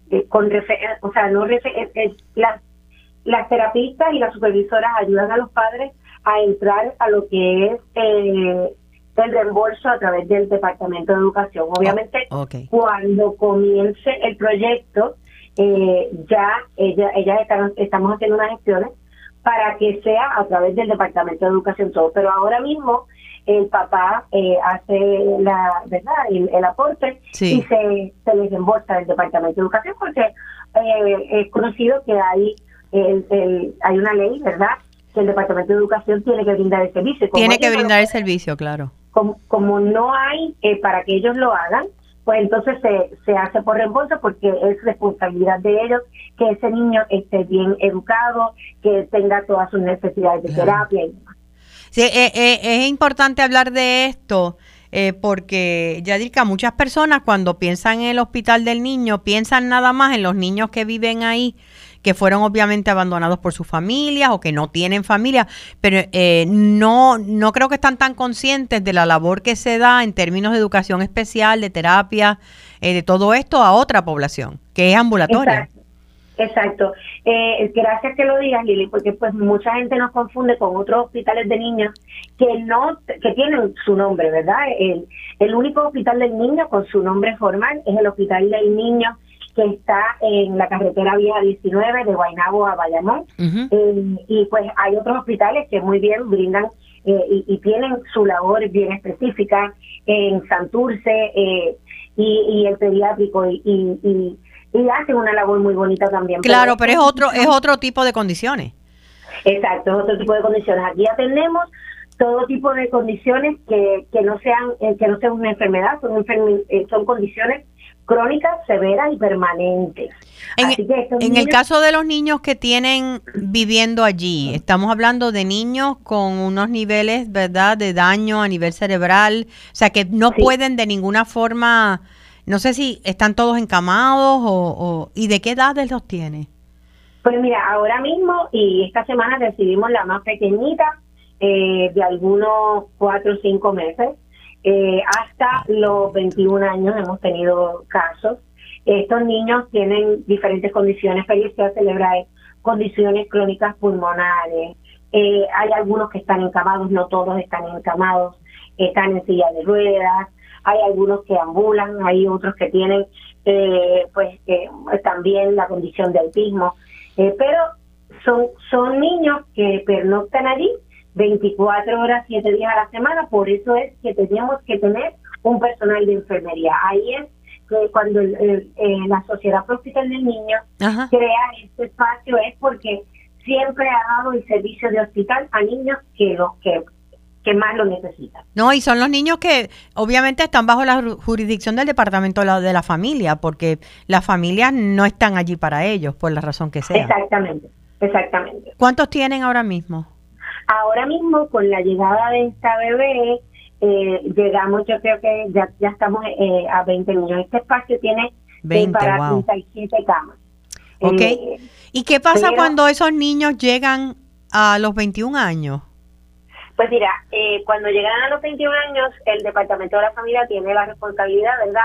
eh, con refer o sea, no refer eh, eh, las, las terapistas y las supervisoras ayudan a los padres a entrar a lo que es eh, el reembolso a través del Departamento de Educación. Obviamente, oh, okay. cuando comience el proyecto, eh, ya ella, ellas están, estamos haciendo unas gestiones para que sea a través del Departamento de Educación todo. Pero ahora mismo el papá eh, hace la verdad el, el aporte sí. y se, se les reembolsa del Departamento de Educación porque eh, es conocido que hay, el, el, hay una ley, ¿verdad?, que el Departamento de Educación tiene que brindar el servicio. Como tiene que brindar lo, el servicio, claro. Como, como no hay eh, para que ellos lo hagan, pues entonces se, se hace por reembolso porque es responsabilidad de ellos que ese niño esté bien educado, que tenga todas sus necesidades de claro. terapia y demás. Sí, eh, eh, es importante hablar de esto eh, porque, Yadilka, muchas personas cuando piensan en el hospital del niño, piensan nada más en los niños que viven ahí, que fueron obviamente abandonados por sus familias o que no tienen familia, pero eh, no no creo que están tan conscientes de la labor que se da en términos de educación especial, de terapia, eh, de todo esto a otra población, que es ambulatoria. Exacto. Exacto. Eh, gracias que lo digas, Lili, porque pues mucha gente nos confunde con otros hospitales de niños que no que tienen su nombre, ¿verdad? El, el único hospital del niño con su nombre formal es el Hospital del Niño que está en la carretera vieja diecinueve de Guaynabo a Bayamón. Uh-huh. eh, y pues hay otros hospitales que muy bien brindan eh, y, y tienen su labor bien específica en Santurce eh, y, y el pediátrico y, y, y, y hacen una labor muy bonita también. Claro, pero, pero es otro es otro tipo de condiciones. Exacto, es otro tipo de condiciones. Aquí atendemos todo tipo de condiciones que, que no sean eh, que no sean una enfermedad, son, enferme, eh, son condiciones crónicas, severas y permanentes. En, Así que en niños, el caso de los niños que tienen viviendo allí, estamos hablando de niños con unos niveles, ¿verdad?, de daño a nivel cerebral, o sea, que no sí. pueden de ninguna forma, no sé si están todos encamados o, o ¿y de qué edades los tiene? Pues mira, ahora mismo y esta semana recibimos la más pequeñita eh, de algunos cuatro o cinco meses. Eh, hasta los veintiún años hemos tenido casos. Estos niños tienen diferentes condiciones, pericia cerebral, condiciones crónicas pulmonares. Eh, hay algunos que están encamados, no todos están encamados, están en silla de ruedas. Hay algunos que ambulan, hay otros que tienen eh, pues eh, también la condición de autismo. Eh, pero son, son niños que pernoctan allí veinticuatro horas, siete días a la semana, por eso es que teníamos que tener un personal de enfermería. Ahí es que cuando el, el, el, la Sociedad Pro-Hospital del Niño Ajá. crea este espacio, es porque siempre ha dado el servicio de hospital a niños que los que, que más lo necesitan. No, y son los niños que obviamente están bajo la jurisdicción del Departamento de la, de la Familia, porque las familias no están allí para ellos, por la razón que sea. Exactamente, exactamente. ¿Cuántos tienen ahora mismo? Ahora mismo, con la llegada de esta bebé, eh, llegamos, yo creo que ya, ya estamos eh, a veinte niños. Este espacio tiene veinte, eh, para wow. treinta y siete camas. Ok. Eh, ¿Y qué pasa pero, cuando esos niños llegan a los veintiún años? Pues mira, eh, cuando llegan a los veintiún años, el Departamento de la Familia tiene la responsabilidad, ¿verdad?,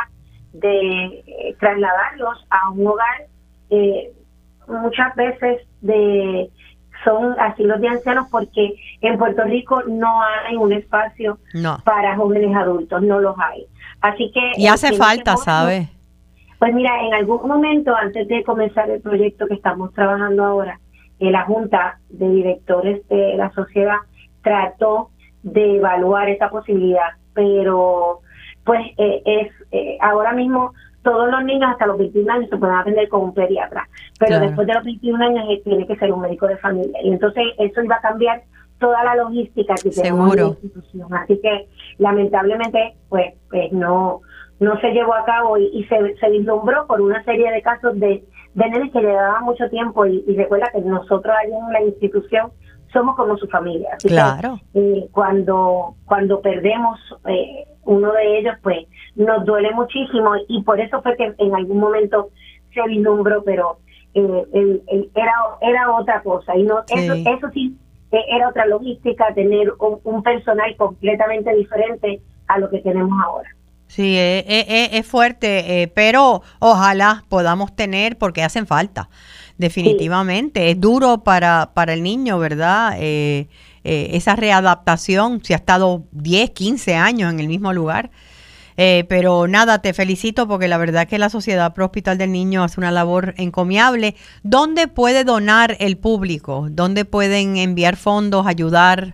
de eh, trasladarlos a un hogar, eh, muchas veces de... son asilos de ancianos porque en Puerto Rico no hay un espacio no. para jóvenes adultos, no los hay. Así que... Y hace falta, ¿sabes? Pues mira, en algún momento, antes de comenzar el proyecto que estamos trabajando ahora, eh, la Junta de Directores de la Sociedad trató de evaluar esa posibilidad, pero pues eh, es eh, ahora mismo... todos los niños hasta los veintiún años se pueden atender con un pediatra, pero claro. después de los veintiún años tiene que ser un médico de familia. Y entonces eso iba a cambiar toda la logística que tenemos en la institución. Así que lamentablemente pues, pues no no se llevó a cabo y, y se, se vislumbró por una serie de casos de, de nenes que llevaban mucho tiempo y, y recuerda que nosotros allí en la institución somos como su familia. Así claro. que eh, cuando, cuando perdemos... Eh, uno de ellos, pues, nos duele muchísimo y por eso fue que en algún momento se vislumbró, pero eh, el, el, era era otra cosa y no sí. Eso, eso sí eh, era otra logística, tener un, un personal completamente diferente a lo que tenemos ahora. Sí, es, es, es fuerte, eh, pero ojalá podamos tener, porque hacen falta, definitivamente. Sí. Es duro para, para el niño, ¿verdad? Eh, eh, esa readaptación, si ha estado diez, quince años en el mismo lugar. Eh, pero nada, te felicito porque la verdad es que la Sociedad Pro Hospital del Niño hace una labor encomiable. ¿Dónde puede donar el público? ¿Dónde pueden enviar fondos, ayudar?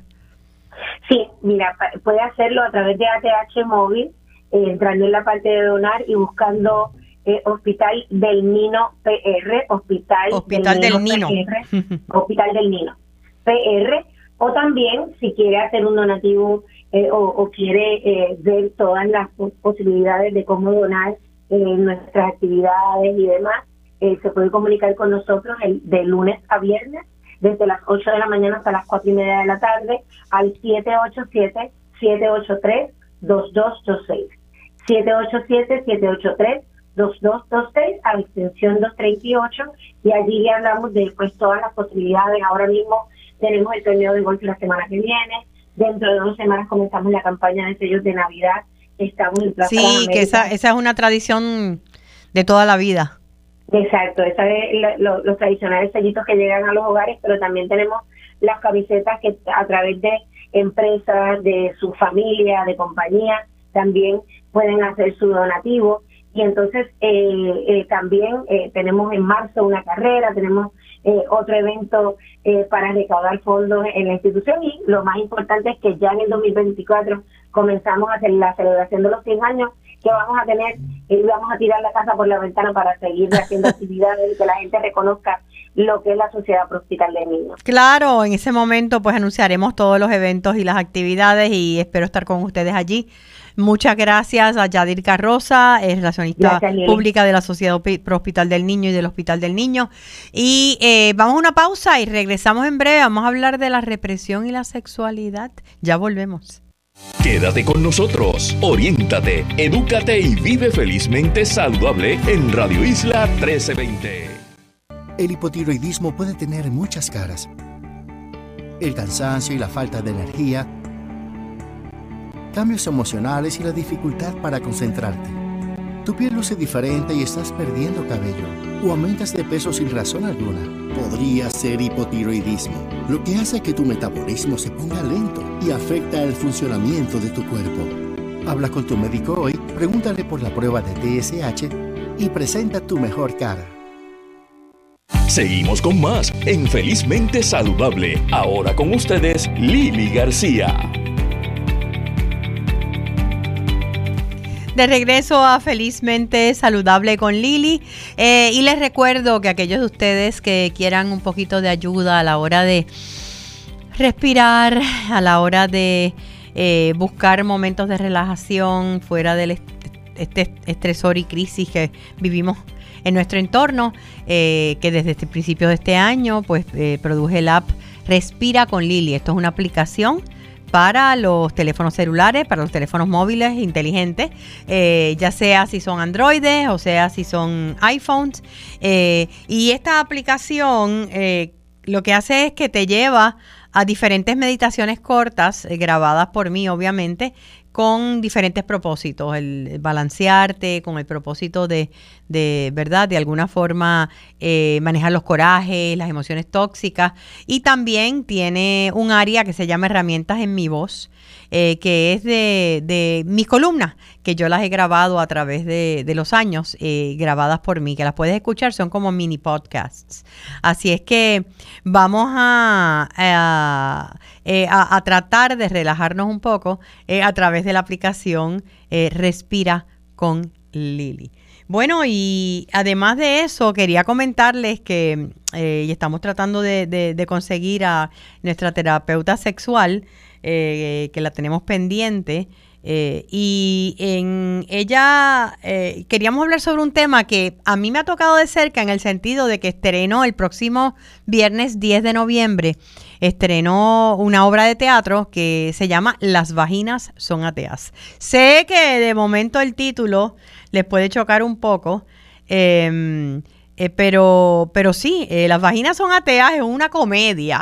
Sí, mira, puede hacerlo a través de A T H Móvil, eh, entrando en la parte de donar y buscando eh, Hospital del Nino P R, Hospital, Hospital del, del Nino, P R, Hospital del Nino P R, o también si quiere hacer un donativo eh, o, o quiere eh, ver todas las posibilidades de cómo donar eh, nuestras actividades y demás, eh, se puede comunicar con nosotros el, de lunes a viernes, desde las ocho de la mañana hasta las cuatro y media de la tarde, al siete ocho siete, siete ocho tres, dos dos dos seis. siete ocho siete, siete ocho tres, dos dos dos seis a la extensión doscientos treinta y ocho, y allí le hablamos de pues todas las posibilidades. Ahora mismo tenemos el torneo de golf la semana que viene, dentro de dos semanas comenzamos la campaña de sellos de Navidad, estamos en Plaza de las Sí, que esa, esa es una tradición de toda la vida. Exacto, esa es lo, lo, los tradicionales sellitos que llegan a los hogares, pero también tenemos las camisetas que a través de empresas, de su familia, de compañía, también pueden hacer su donativo. Y entonces eh, eh, también eh, tenemos en marzo una carrera, tenemos eh, otro evento eh, para recaudar fondos en la institución, y lo más importante es que ya en el dos mil veinticuatro comenzamos a hacer la celebración de los cien años, que vamos a tener, y eh, vamos a tirar la casa por la ventana para seguir haciendo actividades y que la gente reconozca lo que es la Sociedad Pro Hospital del Niño. Claro, en ese momento pues anunciaremos todos los eventos y las actividades y espero estar con ustedes allí. Muchas gracias a Yadir Carroza, es relacionista gracias, pública de la Sociedad Pro Hospital del Niño y del Hospital del Niño. Y eh, vamos a una pausa y regresamos en breve. Vamos a hablar de la represión y la sexualidad. Ya volvemos. Quédate con nosotros, oriéntate, edúcate y vive felizmente saludable en Radio Isla trece veinte. El hipotiroidismo puede tener muchas caras. El cansancio y la falta de energía, cambios emocionales y la dificultad para concentrarte. Tu piel luce diferente y estás perdiendo cabello o aumentas de peso sin razón alguna. Podría ser hipotiroidismo, lo que hace que tu metabolismo se ponga lento y afecta el funcionamiento de tu cuerpo. Habla con tu médico hoy, pregúntale por la prueba de T S H y presenta tu mejor cara. Seguimos con más en Felizmente Saludable. Ahora con ustedes, Lili García. De regreso a Felizmente Saludable con Lili, eh, y les recuerdo que aquellos de ustedes que quieran un poquito de ayuda a la hora de respirar, a la hora de eh, buscar momentos de relajación fuera del est- este estresor y crisis que vivimos en nuestro entorno, eh, que desde el principio de este año pues eh, produje el app Respira con Lili. Esto es una aplicación para los teléfonos celulares, para los teléfonos móviles inteligentes, eh, ya sea si son Androides o sea si son iPhones. Eh, y esta aplicación eh, lo que hace es que te lleva a diferentes meditaciones cortas, eh, grabadas por mí obviamente, con diferentes propósitos, el balancearte, con el propósito de, de verdad, de alguna forma eh, manejar los corajes, las emociones tóxicas, y también tiene un área que se llama herramientas en mi voz, eh, que es de, de mis columnas, que yo las he grabado a través de, de los años, eh, grabadas por mí, que las puedes escuchar, son como mini podcasts. Así es que vamos a, a, a, a tratar de relajarnos un poco eh, a través de la aplicación eh, Respira con Lili. Bueno, y además de eso, quería comentarles que eh, y estamos tratando de, de, de conseguir a nuestra terapeuta sexual, eh, que la tenemos pendiente, eh, y en ella eh, queríamos hablar sobre un tema que a mí me ha tocado de cerca, en el sentido de que estrenó el próximo viernes diez de noviembre, estrenó una obra de teatro que se llama Las vaginas son ateas. Sé que de momento el título les puede chocar un poco, eh, eh, pero, pero sí, eh, Las vaginas son ateas es una comedia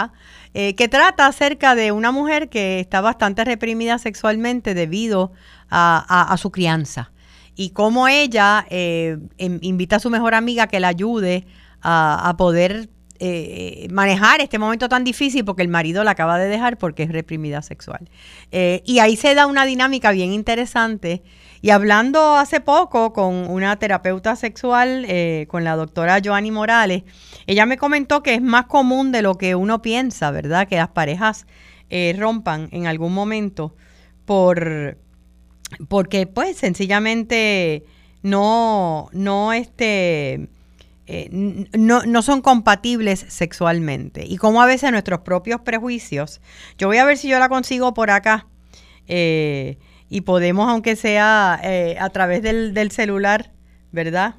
eh, que trata acerca de una mujer que está bastante reprimida sexualmente debido a, a, a su crianza. Y cómo ella eh, invita a su mejor amiga que la ayude a, a poder eh, manejar este momento tan difícil porque el marido la acaba de dejar porque es reprimida sexual. Eh, y ahí se da una dinámica bien interesante. Y hablando hace poco con una terapeuta sexual, eh, con la doctora Joanny Morales, ella me comentó que es más común de lo que uno piensa, ¿verdad? Que las parejas eh, rompan en algún momento por... porque pues sencillamente no, no, este, eh, no, no son compatibles sexualmente. Y como a veces nuestros propios prejuicios, yo voy a ver si yo la consigo por acá eh, y podemos, aunque sea eh, a través del, del celular, ¿verdad?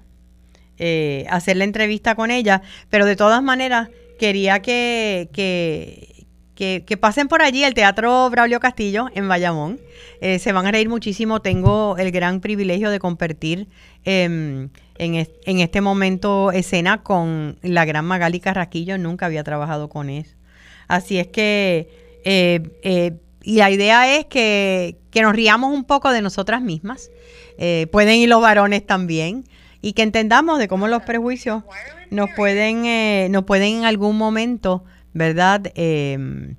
Eh, hacer la entrevista con ella, pero de todas maneras quería que... que Que, que pasen por allí el Teatro Braulio Castillo en Bayamón. Eh, se van a reír muchísimo. Tengo el gran privilegio de compartir eh, en, es, en este momento escena con la gran Magali Carrasquillo. Nunca había trabajado con él. Así es que, eh, eh, y la idea es que, que nos riamos un poco de nosotras mismas. Eh, pueden ir los varones también. Y que entendamos de cómo los prejuicios nos pueden, eh, nos pueden en algún momento... ¿verdad? Eh,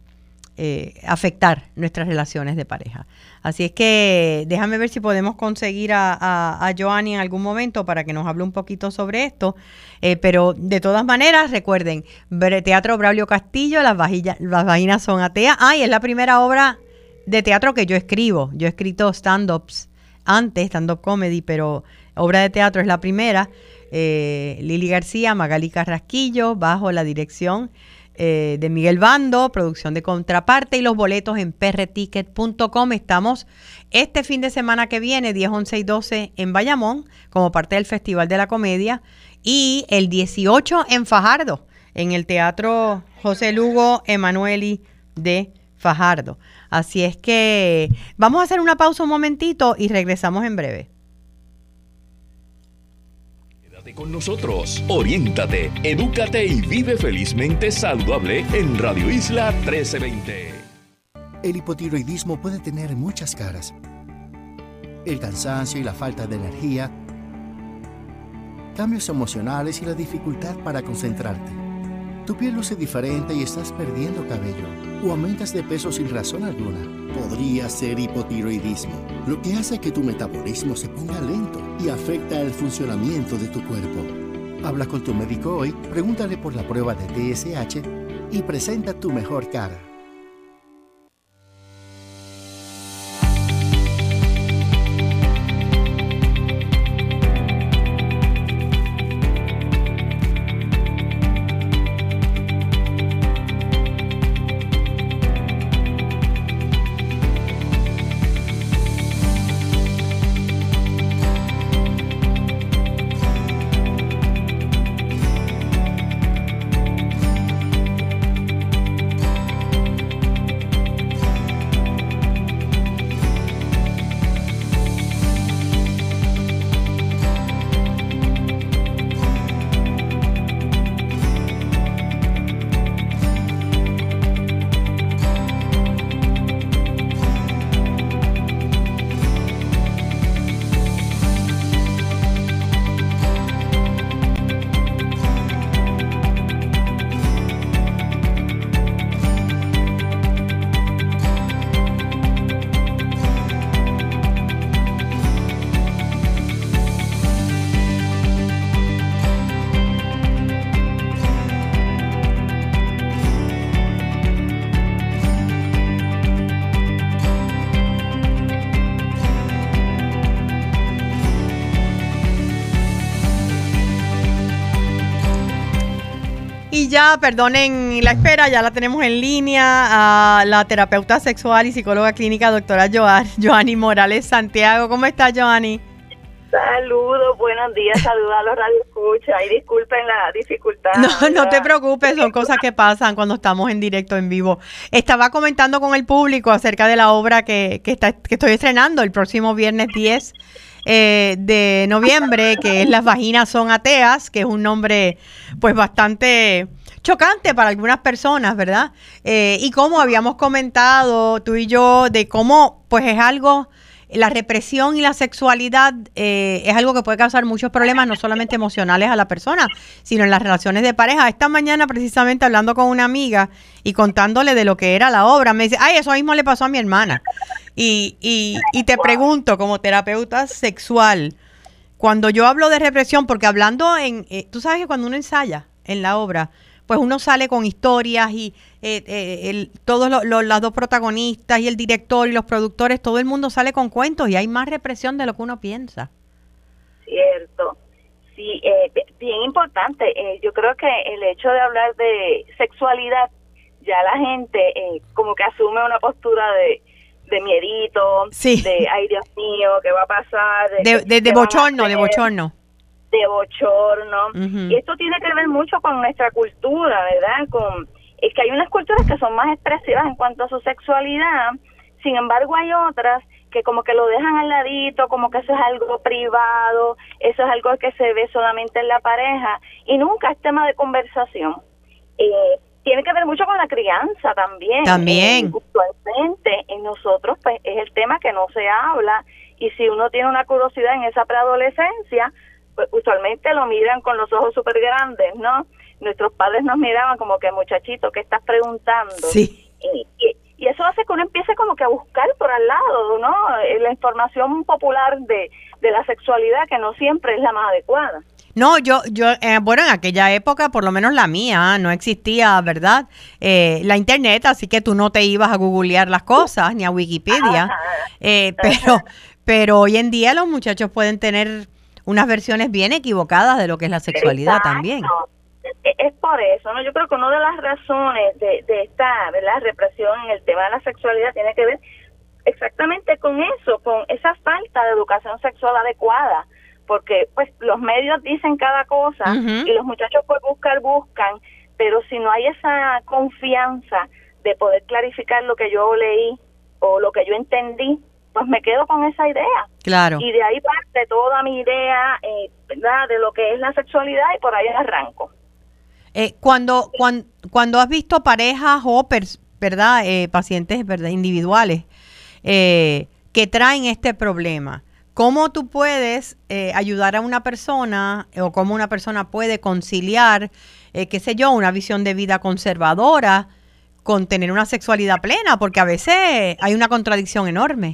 eh, afectar nuestras relaciones de pareja. Así es que déjame ver si podemos conseguir a, a, a Joanny en algún momento para que nos hable un poquito sobre esto. Eh, pero de todas maneras, recuerden, Teatro Braulio Castillo, las, vajilla, las vaginas son ateas. Ah, y es la primera obra de teatro que yo escribo. Yo he escrito stand-ups antes, stand-up comedy, pero obra de teatro es la primera. Eh, Lili García, Magali Carrasquillo, bajo la dirección Eh, de Miguel Bando, producción de Contraparte, y los boletos en p r ticket punto com. Estamos este fin de semana que viene, diez, once y doce en Bayamón, como parte del Festival de la Comedia, y el dieciocho en Fajardo, en el Teatro José Lugo Emanueli de Fajardo. Así es que vamos a hacer una pausa un momentito y regresamos en breve. Con nosotros, oriéntate, edúcate y vive felizmente saludable en Radio Isla trece veinte. El hipotiroidismo puede tener muchas caras. El cansancio y la falta de energía, cambios emocionales y la dificultad para concentrarte. Tu piel luce diferente y estás perdiendo cabello o aumentas de peso sin razón alguna. Podría ser hipotiroidismo, lo que hace que tu metabolismo se ponga lento y afecta el funcionamiento de tu cuerpo. Habla con tu médico hoy, pregúntale por la prueba de T S H y presenta tu mejor cara. Ya, perdonen la espera, ya la tenemos en línea a la terapeuta sexual y psicóloga clínica doctora Joanny Morales Santiago. ¿Cómo estás, Joanny? Saludos, buenos días, saludos a los radioescuchas y disculpen la dificultad. No, no te preocupes, son cosas que pasan cuando estamos en directo, en vivo. Estaba comentando con el público acerca de la obra que, que, está, que estoy estrenando el próximo viernes diez eh, de noviembre, que es Las vaginas son ateas, que es un nombre pues bastante chocante para algunas personas, ¿verdad? Eh, y como habíamos comentado tú y yo, de cómo pues es algo... La represión y la sexualidad eh, es algo que puede causar muchos problemas, no solamente emocionales a la persona, sino en las relaciones de pareja. Esta mañana, precisamente, hablando con una amiga y contándole de lo que era la obra, me dice, ay, eso mismo le pasó a mi hermana. Y, y, y te pregunto, como terapeuta sexual, cuando yo hablo de represión, porque hablando en, eh, tú sabes que cuando uno ensaya en la obra, pues uno sale con historias y eh, eh, el, todos lo, lo, las dos protagonistas y el director y los productores, todo el mundo sale con cuentos y hay más represión de lo que uno piensa. Cierto, sí, eh, bien importante. Eh, yo creo que el hecho de hablar de sexualidad, ya la gente eh, como que asume una postura de, de miedito, sí. de ay Dios mío, ¿qué va a pasar? De, de, de, de bochorno, de bochorno. de bochorno. Uh-huh. Y esto tiene que ver mucho con nuestra cultura, ¿verdad? Con es que hay unas culturas que son más expresivas en cuanto a su sexualidad, sin embargo hay otras que como que lo dejan al ladito, como que eso es algo privado, eso es algo que se ve solamente en la pareja y nunca es tema de conversación. Eh, tiene que ver mucho con la crianza también. También. Eh, usualmente en nosotros pues es el tema que no se habla y si uno tiene una curiosidad en esa preadolescencia, pues usualmente lo miran con los ojos súper grandes, ¿no? Nuestros padres nos miraban como que, muchachito, ¿qué estás preguntando? Sí. Y, y, y eso hace que uno empiece como que a buscar por al lado, ¿no? La información popular de, de la sexualidad, que no siempre es la más adecuada. No, yo, yo eh, bueno, en aquella época, por lo menos la mía, no existía, ¿verdad? Eh, la internet, así que tú no te ibas a googlear las cosas, ni a Wikipedia. Eh, pero, pero hoy en día los muchachos pueden tener unas versiones bien equivocadas de lo que es la sexualidad. Exacto. También. Es por eso, ¿no? Yo creo que una de las razones de, de esta, ¿verdad?, represión en el tema de la sexualidad tiene que ver exactamente con eso, con esa falta de educación sexual adecuada, porque pues los medios dicen cada cosa uh-huh. y los muchachos por buscar buscan, pero si no hay esa confianza de poder clarificar lo que yo leí o lo que yo entendí, pues me quedo con esa idea. Claro. Y de ahí parte toda mi idea, eh, ¿verdad?, de lo que es la sexualidad y por ahí arranco. Eh, cuando, cuando cuando has visto parejas o, pers, ¿verdad?, eh, pacientes, ¿verdad?, individuales eh, que traen este problema, ¿cómo tú puedes eh, ayudar a una persona o cómo una persona puede conciliar, eh, qué sé yo, una visión de vida conservadora con tener una sexualidad plena? Porque a veces hay una contradicción enorme.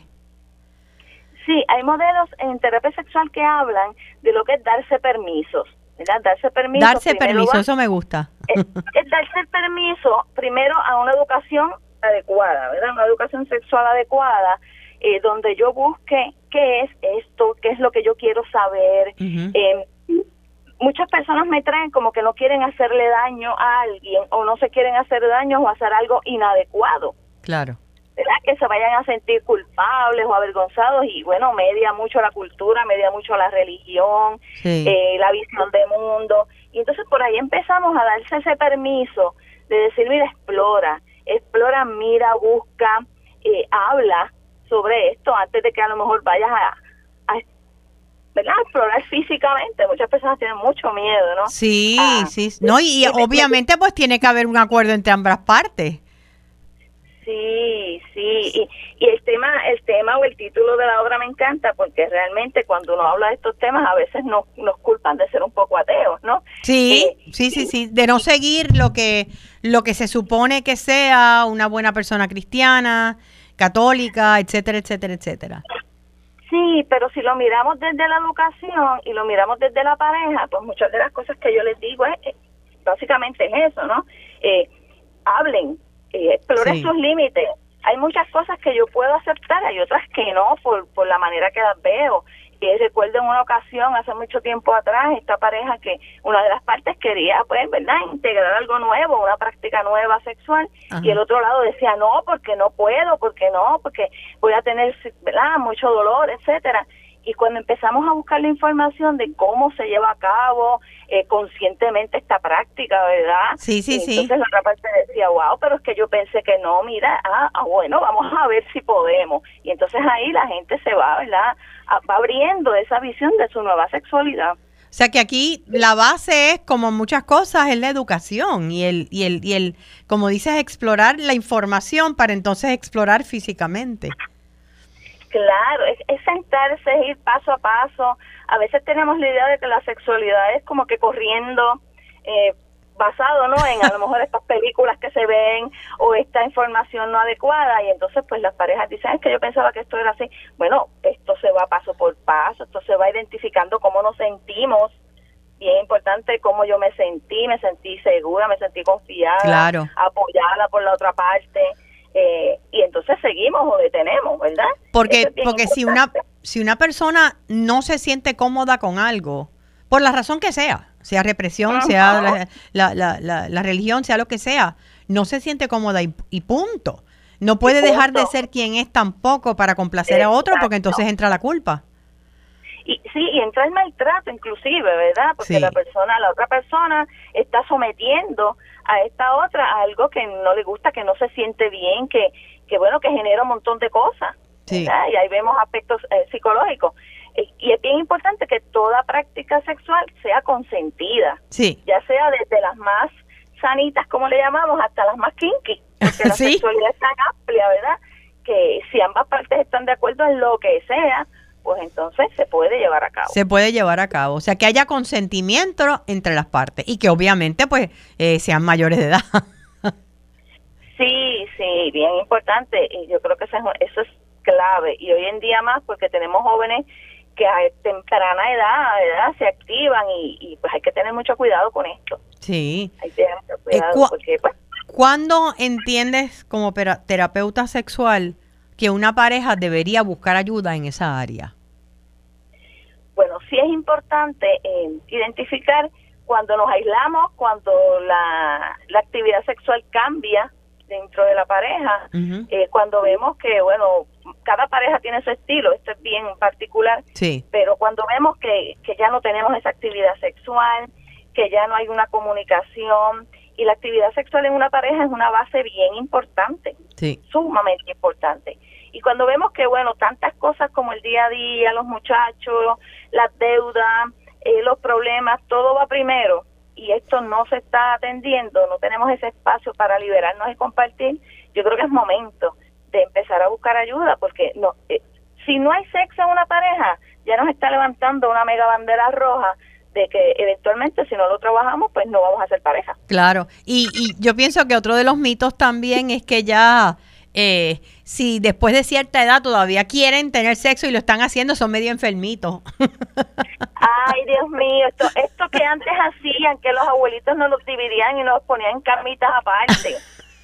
Sí, hay modelos en terapia sexual que hablan de lo que es darse permisos, ¿verdad? Darse permiso. Darse permiso, va, eso me gusta. Es, es darse el permiso primero a una educación adecuada, ¿verdad? Una educación sexual adecuada, eh, donde yo busque qué es esto, qué es lo que yo quiero saber. Uh-huh. Eh, muchas personas me traen como que no quieren hacerle daño a alguien o no se quieren hacer daño o hacer algo inadecuado. Claro. ¿Verdad? Que se vayan a sentir culpables o avergonzados y bueno, media mucho la cultura, media mucho la religión, sí. eh, la visión de mundo. Y entonces por ahí empezamos a darse ese permiso de decir, mira, explora, explora, mira, busca, eh, habla sobre esto antes de que a lo mejor vayas a, a ¿verdad?, explorar físicamente. Muchas personas tienen mucho miedo, ¿no? Sí, ah, sí. No, y, y obviamente pues tiene que haber un acuerdo entre ambas partes. Sí, sí, y, y el tema, el tema o el título de la obra me encanta porque realmente cuando uno habla de estos temas a veces nos, nos culpan de ser un poco ateos, ¿no? Sí, eh, sí, sí, sí, de no seguir lo que, lo que se supone que sea una buena persona cristiana, católica, etcétera, etcétera, etcétera. Sí, pero si lo miramos desde la educación y lo miramos desde la pareja, pues muchas de las cosas que yo les digo es, es básicamente es eso, ¿no? Eh, hablen. Eh, exploren sí. sus límites. Hay muchas cosas que yo puedo aceptar, hay otras que no, por, por la manera que las veo. Eh, recuerdo en una ocasión, hace mucho tiempo atrás, esta pareja que una de las partes quería, pues, ¿verdad?, integrar algo nuevo, una práctica nueva sexual, ajá, y el otro lado decía, no, porque no puedo, porque no, porque voy a tener, ¿verdad?, mucho dolor, etcétera. Y cuando empezamos a buscar la información de cómo se lleva a cabo eh, conscientemente esta práctica, ¿verdad? Sí, sí, entonces sí. Entonces la otra parte decía, wow, pero es que yo pensé que no, mira, ah, ah, bueno, vamos a ver si podemos. Y entonces ahí la gente se va, ¿verdad? A, va abriendo esa visión de su nueva sexualidad. O sea que aquí la base es, como muchas cosas, es la educación y el, y el, y el, como dices, explorar la información para entonces explorar físicamente. Claro, es, es sentarse, es ir paso a paso. A veces tenemos la idea de que la sexualidad es como que corriendo, eh, basado, ¿no?, en a lo mejor estas películas que se ven o esta información no adecuada, y entonces pues las parejas dicen, es que yo pensaba que esto era así. Bueno, esto se va paso por paso, esto se va identificando cómo nos sentimos. Bien importante cómo yo me sentí, me sentí segura, me sentí confiada, claro, apoyada por la otra parte. Eh, y entonces seguimos o detenemos, ¿verdad? Porque porque si una si una persona no se siente cómoda con algo, por la razón que sea, sea represión, uh-huh. sea la, la, la, la, la religión, sea lo que sea, no se siente cómoda y, y punto. No puede punto. dejar de ser quien es tampoco para complacer Exacto. a otro, porque entonces entra la culpa. Y sí, y entra el maltrato inclusive, ¿verdad? Porque sí. la persona, la otra persona está sometiendo a esta otra a algo que no le gusta, que no se siente bien, que, que bueno, que genera un montón de cosas. Sí. ¿verdad? Y ahí vemos aspectos eh, psicológicos. Eh, y es bien importante que toda práctica sexual sea consentida. Sí. Ya sea desde las más sanitas, como le llamamos, hasta las más kinky. Porque la ¿Sí? sexualidad es tan amplia, ¿verdad? Que si ambas partes están de acuerdo en lo que sea, pues entonces se puede llevar a cabo. Se puede llevar a cabo. O sea, que haya consentimiento entre las partes y que obviamente pues eh, sean mayores de edad. Sí, sí, bien importante. Y yo creo que eso es, eso es clave. Y hoy en día más porque tenemos jóvenes que a temprana edad, edad se activan y, y pues hay que tener mucho cuidado con esto. Sí. Hay que tener mucho cuidado eh, cu- porque pues... ¿Cuándo entiendes como pera- terapeuta sexual que una pareja debería buscar ayuda en esa área? Bueno, sí es importante eh, identificar cuando nos aislamos, cuando la, la actividad sexual cambia dentro de la pareja, uh-huh. eh, cuando vemos que, bueno, cada pareja tiene su estilo, esto es bien particular, sí. pero cuando vemos que, que ya no tenemos esa actividad sexual, que ya no hay una comunicación, y la actividad sexual en una pareja es una base bien importante, sí. sumamente importante. Y cuando vemos que, bueno, tantas cosas como el día a día, los muchachos, las deudas, eh, los problemas, todo va primero y esto no se está atendiendo, no tenemos ese espacio para liberarnos y compartir, yo creo que es momento de empezar a buscar ayuda porque no, eh, si no hay sexo en una pareja, ya nos está levantando una mega bandera roja de que eventualmente si no lo trabajamos, pues no vamos a ser pareja. Claro, y, y yo pienso que otro de los mitos también es que ya... Eh, si después de cierta edad todavía quieren tener sexo y lo están haciendo, son medio enfermitos. Ay, Dios mío, esto, esto que antes hacían, que los abuelitos nos los dividían y nos ponían en camitas aparte.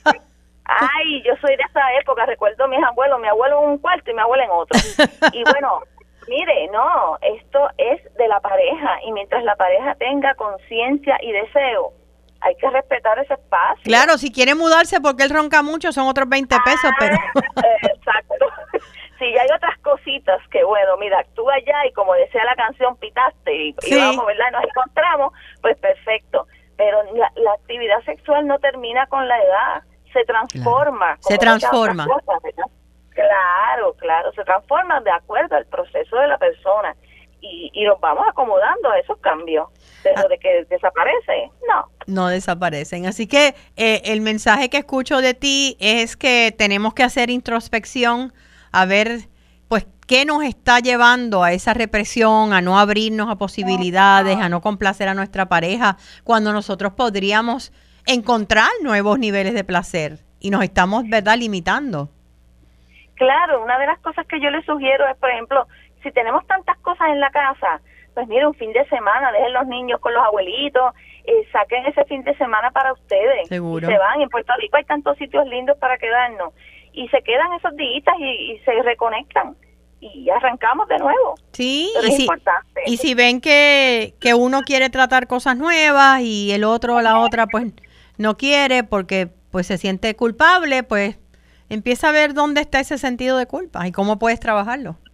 Ay, yo soy de esa época, recuerdo a mis abuelos, mi abuelo en un cuarto y mi abuela en otro. Y bueno, mire, no, esto es de la pareja y mientras la pareja tenga conciencia y deseo, hay que respetar ese espacio. Claro, si quiere mudarse porque él ronca mucho, son otros veinte pesos, ah, pero... Exacto. Sí, ya hay otras cositas que, bueno, mira, actúa ya y como decía la canción, pitaste y, sí. y vamos, ¿verdad? Nos encontramos, pues perfecto. Pero la, la actividad sexual no termina con la edad, se transforma. Claro. Se transforma. Cosas, claro, claro, se transforma de acuerdo al proceso de la persona. Y, y nos vamos acomodando a esos cambios. Pero ah. de que desaparece, no. No desaparecen. Así que eh, el mensaje que escucho de ti es que tenemos que hacer introspección, a ver, pues, qué nos está llevando a esa represión, a no abrirnos a posibilidades, a no complacer a nuestra pareja, cuando nosotros podríamos encontrar nuevos niveles de placer y nos estamos, ¿verdad?, limitando. Claro, una de las cosas que yo les sugiero es, por ejemplo, si tenemos tantas cosas en la casa, pues mire, un fin de semana, dejen los niños con los abuelitos, eh, saquen ese fin de semana para ustedes. Seguro. Y se van, en Puerto Rico hay tantos sitios lindos para quedarnos, y se quedan esos días y, y se reconectan, y arrancamos de nuevo. Sí, pero y es si, importante. Y si ven que, que uno quiere tratar cosas nuevas y el otro o la otra pues no quiere porque pues se siente culpable, pues empieza a ver dónde está ese sentido de culpa y cómo puedes trabajarlo.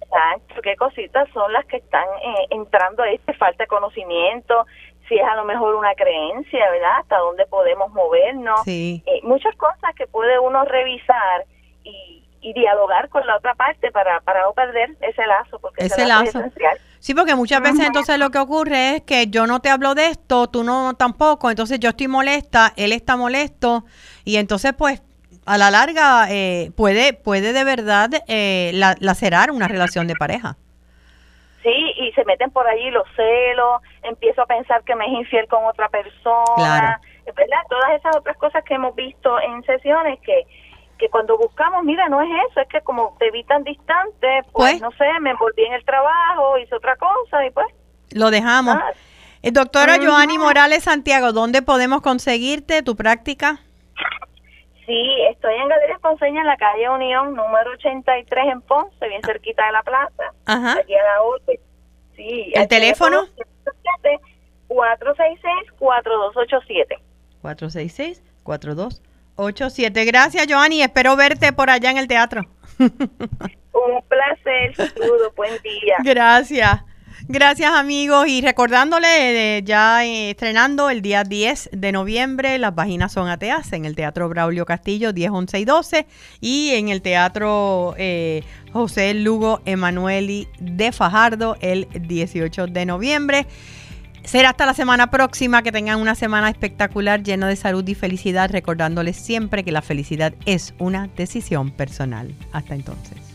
Exacto, qué cositas son las que están eh, entrando ahí, que falta conocimiento, si es a lo mejor una creencia, ¿verdad? Hasta dónde podemos movernos. Sí. Eh, muchas cosas que puede uno revisar y, y dialogar con la otra parte para, para no perder ese lazo, porque ese, ese lazo, lazo es esencial. Sí, porque muchas veces entonces lo que ocurre es que yo no te hablo de esto, tú no tampoco, entonces yo estoy molesta, él está molesto, y entonces pues a la larga eh, puede puede de verdad eh, la, lacerar una relación de pareja. Sí, y se meten por allí los celos, empiezo a pensar que me es infiel con otra persona, Claro. ¿verdad? Todas esas otras cosas que hemos visto en sesiones que, que cuando buscamos, mira, no es eso, es que como te vi tan distante, pues, Pues. no sé, me envolví en el trabajo, hice otra cosa y pues... Lo dejamos. Ah. Eh, doctora Ujú. Joanny Morales Santiago, ¿dónde podemos conseguirte tu práctica? Sí, estoy en Galerías Ponceña, en la calle Unión, número ochenta y tres en Ponce, bien cerquita de la plaza. Ajá. Aquí a la orden. Sí. ¿El teléfono? cuatro seis seis, cuatro dos ocho siete. cuatro seis seis, cuatro dos ocho siete. Gracias, Joanny. Espero verte por allá en el teatro. Un placer, saludos, buen día. Gracias. Gracias, amigos. Y recordándole, eh, ya eh, estrenando el día diez de noviembre, Las Vaginas Son Ateas en el Teatro Braulio Castillo, diez, once y doce. Y en el Teatro eh, José Lugo Emanueli de Fajardo, el dieciocho de noviembre. Será hasta la semana próxima. Que tengan una semana espectacular, llena de salud y felicidad. Recordándoles siempre que la felicidad es una decisión personal. Hasta entonces.